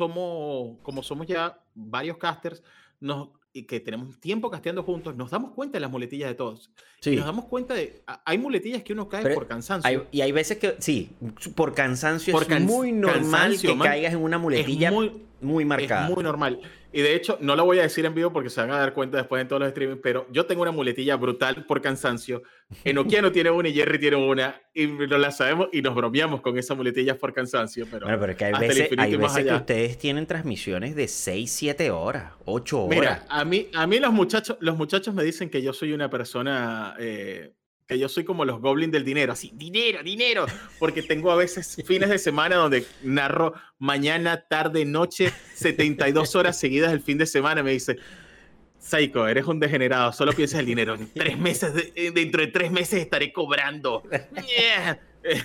somos, como somos ya varios casters, nos, y que tenemos tiempo casteando juntos, nos damos cuenta de las muletillas de todos. Y nos Sí. damos cuenta de, a- hay muletillas que uno cae Pero por hay, cansancio. y hay veces que, sí, por cansancio Por es cans- muy normal cansancio, que man. caigas en una Es muletilla muy, muy es marcada. muy normal. Y de hecho, no lo voy a decir en vivo porque se van a dar cuenta después en todos los streamings, pero yo tengo una muletilla brutal por cansancio. Enoquiano tiene una y Jerry tiene una, y nos la sabemos y nos bromeamos con esa muletilla por cansancio, pero Bueno, pero es que hay hasta el veces, infinito hay y más veces que allá. ustedes tienen transmisiones de seis siete horas, ocho horas. Mira, a mí, a mí los, muchachos, los muchachos me dicen que yo soy una persona, eh, que yo soy como los goblins del dinero, así, dinero, dinero, porque tengo a veces fines de semana donde narro mañana, tarde, noche, setenta y dos horas seguidas el fin de semana. Me dice, Saiko, eres un degenerado, solo piensas el dinero. En tres meses, de- eh, dentro de tres meses estaré cobrando. Yeah.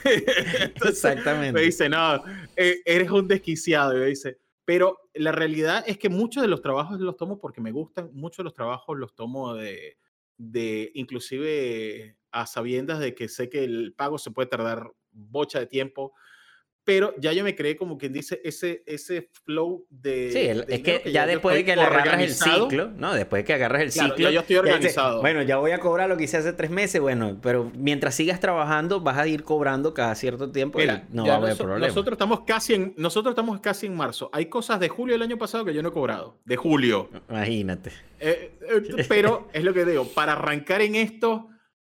Entonces me Exactamente. dice, no, eh, eres un desquiciado. Y me dice, pero la realidad es que muchos de los trabajos los tomo porque me gustan, muchos de los trabajos los tomo de, de inclusive a sabiendas de que sé que el pago se puede tardar bocha de tiempo, pero ya yo me creé como quien dice ese, ese flow Sí, de, el- de es dinero que que ya ya yo después de estoy que le agarras el organizado. ciclo, ¿no? Después de que agarras el Claro, ya ciclo, yo estoy ya dices, organizado. bueno, ya voy a cobrar lo que hice hace tres meses, bueno, pero mientras sigas trabajando vas a ir cobrando cada cierto tiempo y Mira, no va a ya haber noso- problema. nosotros estamos casi en, nosotros estamos casi en marzo. Hay cosas de julio del año pasado que yo no he cobrado, de julio. Imagínate. Eh, eh, pero es lo que digo, para arrancar en esto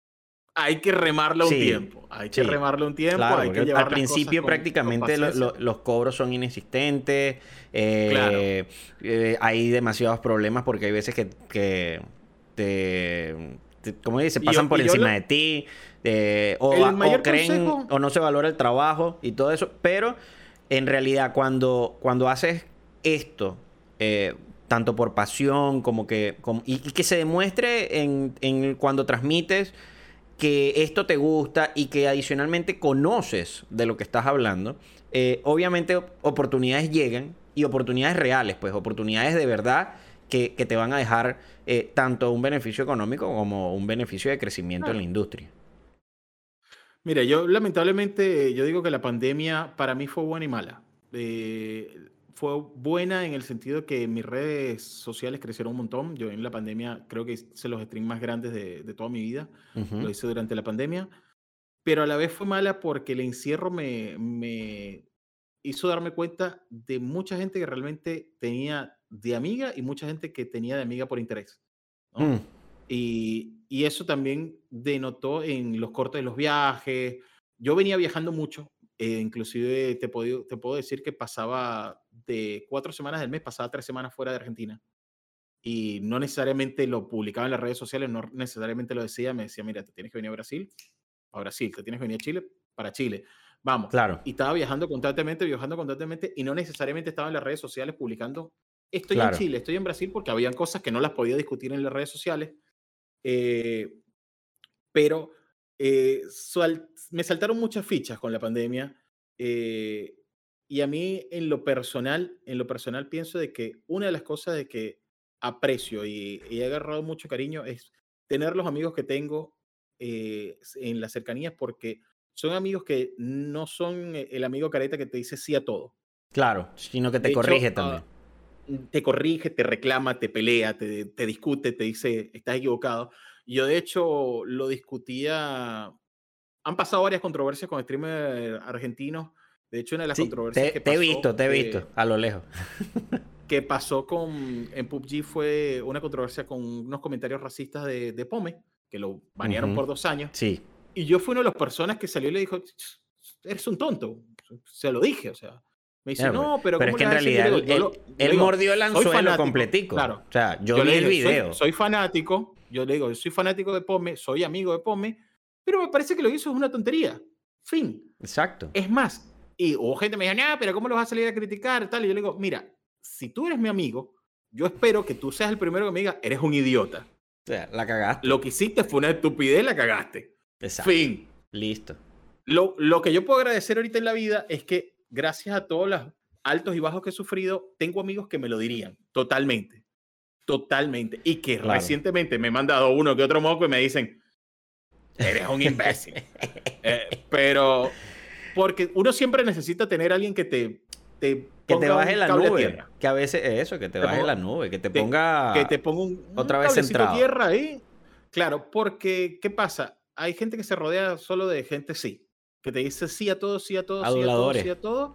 hay que remarlo un Sí, tiempo. Hay que sí. remarlo un tiempo, Claro, hay porque que al, al llevar las cosas principio con, con prácticamente lo- paciencia. lo- los cobros son inexistentes, Claro. eh, eh, hay demasiados problemas porque hay veces que, que te, te- ¿cómo dice? Y yo, Pasan por y yo encima lo- de ti, eh, o, el va- o mayor creen consejo, o no se valora el trabajo y todo eso, pero en realidad cuando, cuando haces esto, eh, tanto por pasión como que, como- y, y que se demuestre en, en cuando transmites que esto te gusta y que adicionalmente conoces de lo que estás hablando, eh, obviamente oportunidades llegan y oportunidades reales, pues oportunidades de verdad que, que te van a dejar eh, tanto un beneficio económico como un beneficio de crecimiento en la claro. industria. Mira, yo lamentablemente, yo digo que la pandemia para mí fue buena y mala. Eh, fue buena en el sentido que mis redes sociales crecieron un montón. Yo en la pandemia creo que hice los streams más grandes de, de toda mi vida. Lo Ujú. hice durante la pandemia. Pero a la vez fue mala porque el encierro me, me hizo darme cuenta de mucha gente que realmente tenía de amiga y mucha gente que tenía de amiga por interés, Mm. ¿no? Y, y eso también denotó en los cortes de los viajes. Yo venía viajando mucho, eh, inclusive te puedo, te puedo decir que pasaba de cuatro semanas del mes, pasaba tres semanas fuera de Argentina. Y no necesariamente lo publicaba en las redes sociales, no necesariamente lo decía, me decía, mira, te tienes que venir a Brasil, a Brasil, te tienes que venir a Chile, para Chile. Vamos, Claro, y estaba viajando constantemente, viajando constantemente, y no necesariamente estaba en las redes sociales publicando, estoy en claro, Chile, estoy en Brasil, porque habían cosas que no las podía discutir en las redes sociales, eh, pero eh, sual- me saltaron muchas fichas con la pandemia, eh, y a mí en lo personal, en lo personal pienso de que una de las cosas de que aprecio y, y he agarrado mucho cariño es tener los amigos que tengo eh, en las cercanías, porque son amigos que no son eh, el amigo careta que te dice sí a todo. claro, sino que te De hecho, corrige también. ah, te corrige, te reclama, te pelea, te, te discute, te dice estás equivocado. Yo de hecho lo discutía, han pasado varias controversias con streamers argentinos. De hecho, una de las Sí, controversias te, que te he pasó, visto, te he visto, eh, a lo lejos. que pasó con, en P U B G fue una controversia con unos comentarios racistas de, de Pome, que lo banearon Ujú. por dos años. Sí, Y yo fui una de las personas que salió y le dijo, eres un tonto. Se lo dije, o sea. Me dice, ya, pues, no, pero pero es ¿cómo que le en vas a decir? Yo le realidad digo, él, yo, lo, él- yo le él digo, mordió el soy anzuelo fanático. completico. Claro. O sea, yo Yo le vi el dije, soy, video. soy fanático. Yo le digo, soy fanático de Pome, soy amigo de Pome, pero me parece que lo que hizo es una tontería. Fin. Exacto. Es más, y hubo gente que me dijo, no, pero ¿cómo lo vas a salir a criticar? Tal. Y yo le digo, mira, si tú eres mi amigo, yo espero que tú seas el primero que me diga, eres un idiota. O sea, la cagaste. Lo que hiciste fue una estupidez, la cagaste. Exacto. Fin. Listo. Lo, lo que yo puedo agradecer ahorita en la vida es que gracias a todos los altos y bajos que he sufrido, tengo amigos que me lo dirían totalmente, totalmente. Y que Claro. recientemente me han mandado uno que otro moco y me dicen, eres un imbécil. Eh, pero porque uno siempre necesita tener a alguien que te, te Que te ponga baje un la cable a nube. tierra. Que a veces eso, que te Te baje la ponga, nube. Que te te- que te ponga ponga un, un otra vez cablecito a centrado. tierra ahí. Claro, porque, ¿qué pasa? Hay gente que se rodea solo de gente sí, que te dice sí a todo, sí a todo, sí a todo, Aduladores. sí a todo,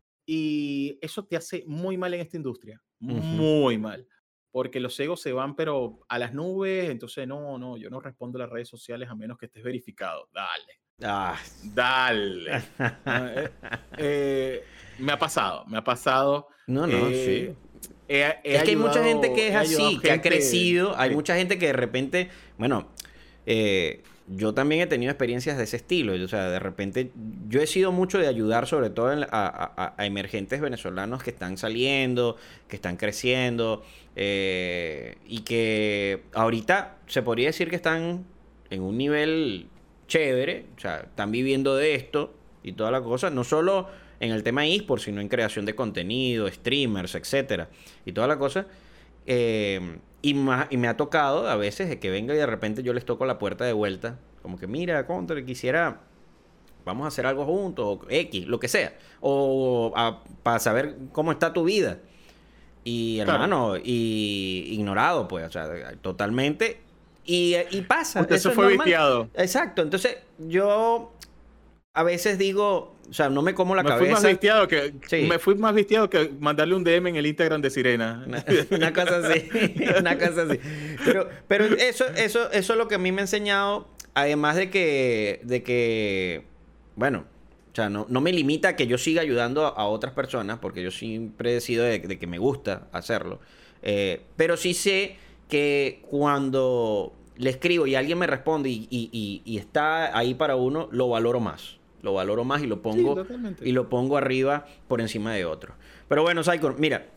y eso te hace muy mal en esta industria, Ujú. muy mal, porque los egos se van pero a las nubes, entonces no, no, yo no respondo a las redes sociales a menos que estés verificado. Dale, Ah. dale. Ah, eh, eh, me ha pasado, me ha pasado. No, no, sí. eh, he, he Es que hay mucha gente ayudado, que es he ayudado así, que ha gente. crecido. Hay Sí, mucha gente que de repente, bueno, eh, yo también he tenido experiencias de ese estilo. O sea, de repente yo he sido mucho de ayudar sobre todo en la- a, a- a emergentes venezolanos que están saliendo, que están creciendo eh, y que ahorita se podría decir que están en un nivel chévere. O sea, están viviendo de esto y toda la cosa. No solo en el tema eSports, sino en creación de contenido, streamers, etcétera y toda la cosa. Eh, y, ma- y me ha tocado a veces de que venga y de repente yo les toco la puerta de vuelta. Como que, mira, Contra, quisiera, vamos a hacer algo juntos, o X, lo que sea. O para saber cómo está tu vida. Y claro. hermano, y ignorado, pues, o sea, totalmente. Y, y pasa, Usted eso se es fue normal. viciado. Exacto, entonces yo a veces digo, o sea, no me como la Me fui más cabeza. vistiado que me Sí, fui más vistiado que mandarle un D M en el Instagram de Sirena. Una, una cosa así, una cosa así. Pero, pero eso, eso, eso es lo que a mí me ha enseñado, además de que, de que, bueno, o sea, no, no me limita a que yo siga ayudando a, a otras personas, porque yo siempre he sido de, de que me gusta hacerlo. Eh, pero sí sé que cuando le escribo y alguien me responde y, y, y, y está ahí para uno, lo valoro más. Lo valoro más y lo Sí, pongo, y totalmente. lo pongo arriba por encima de otros. Pero bueno, Saikon, mira,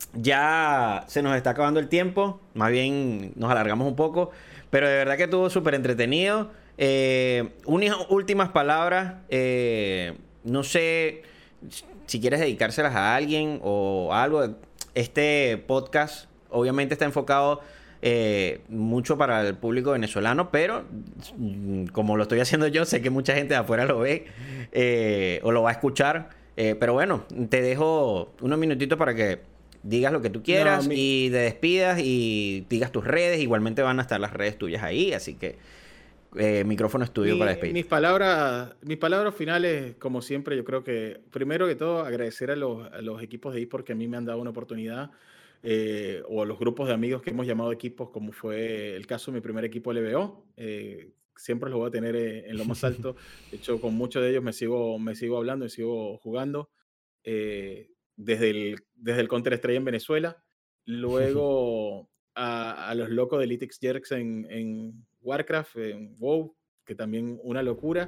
ya se nos está acabando el tiempo, más bien nos alargamos un poco, pero de verdad que estuvo súper entretenido. Eh, unas últimas palabras, eh, no sé si quieres dedicárselas a alguien o algo. Este podcast obviamente está enfocado eh, mucho para el público venezolano, pero mm, como lo estoy haciendo yo, sé que mucha gente de afuera lo ve eh, o lo va a escuchar. Eh, pero bueno, te dejo unos minutitos para que digas lo que tú No, quieras mi, y te despidas y digas tus redes. Igualmente van a estar las redes tuyas ahí, así que eh, micrófono es tuyo para mi- despedirte. mis palabras, mis palabras finales, como siempre, yo creo que primero que todo agradecer a los, a los equipos de eSports que a mí me han dado una oportunidad, eh, o a los grupos de amigos que hemos llamado equipos, como fue el caso de mi primer equipo L B O. Eh, siempre los voy a tener eh, en lo más alto. De hecho, con muchos de ellos me sigo, me sigo hablando y sigo jugando. eh, desde el, desde el Counter-Strike en Venezuela, luego a, a los locos de Litix Jerks en, en Warcraft, en WoW, que también una locura,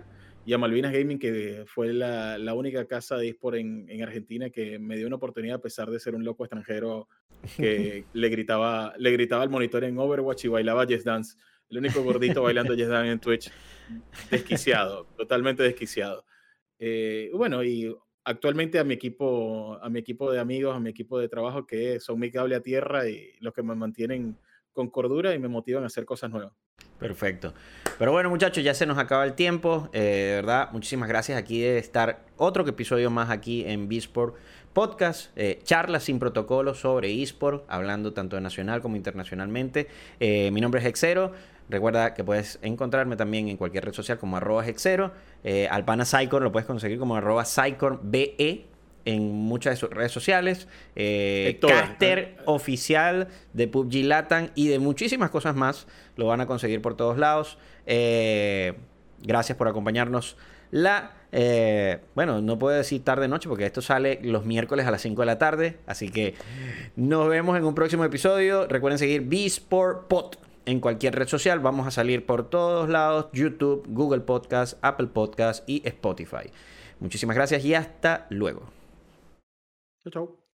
y a Malvinas Gaming, que fue la, la única casa de eSport en, en Argentina que me dio una oportunidad a pesar de ser un loco extranjero que le gritaba, le gritaba al monitor en Overwatch y bailaba Just Dance. El único gordito bailando Just Dance en Twitch. Desquiciado, totalmente desquiciado. Eh, bueno, y actualmente a mi equipo, a mi equipo de amigos, a mi equipo de trabajo, que son mi cable a tierra y los que me mantienen con cordura y me motivan a hacer cosas nuevas. Perfecto. Pero bueno, muchachos, ya se nos acaba el tiempo. Eh, de verdad, muchísimas gracias aquí de estar otro episodio más aquí en B-Sport Podcast. Eh, charlas sin protocolo sobre eSport, hablando tanto de nacional como internacionalmente. Eh, mi nombre es Hexero. Recuerda que puedes encontrarme también en cualquier red social como arroba Hexero. Eh, al pana Psycor lo puedes conseguir como arroba PsycorBE en muchas de sus redes sociales. Eh, caster oficial de P U B G Latam y de muchísimas cosas más. Lo van a conseguir por todos lados. Eh, gracias por acompañarnos. La, eh, bueno, no puedo decir tarde-noche porque esto sale los miércoles a las cinco de la tarde. Así que nos vemos en un próximo episodio. Recuerden seguir B-Sport Pod en cualquier red social. Vamos a salir por todos lados: YouTube, Google Podcast, Apple Podcast y Spotify. Muchísimas gracias y hasta luego. Chau, chau.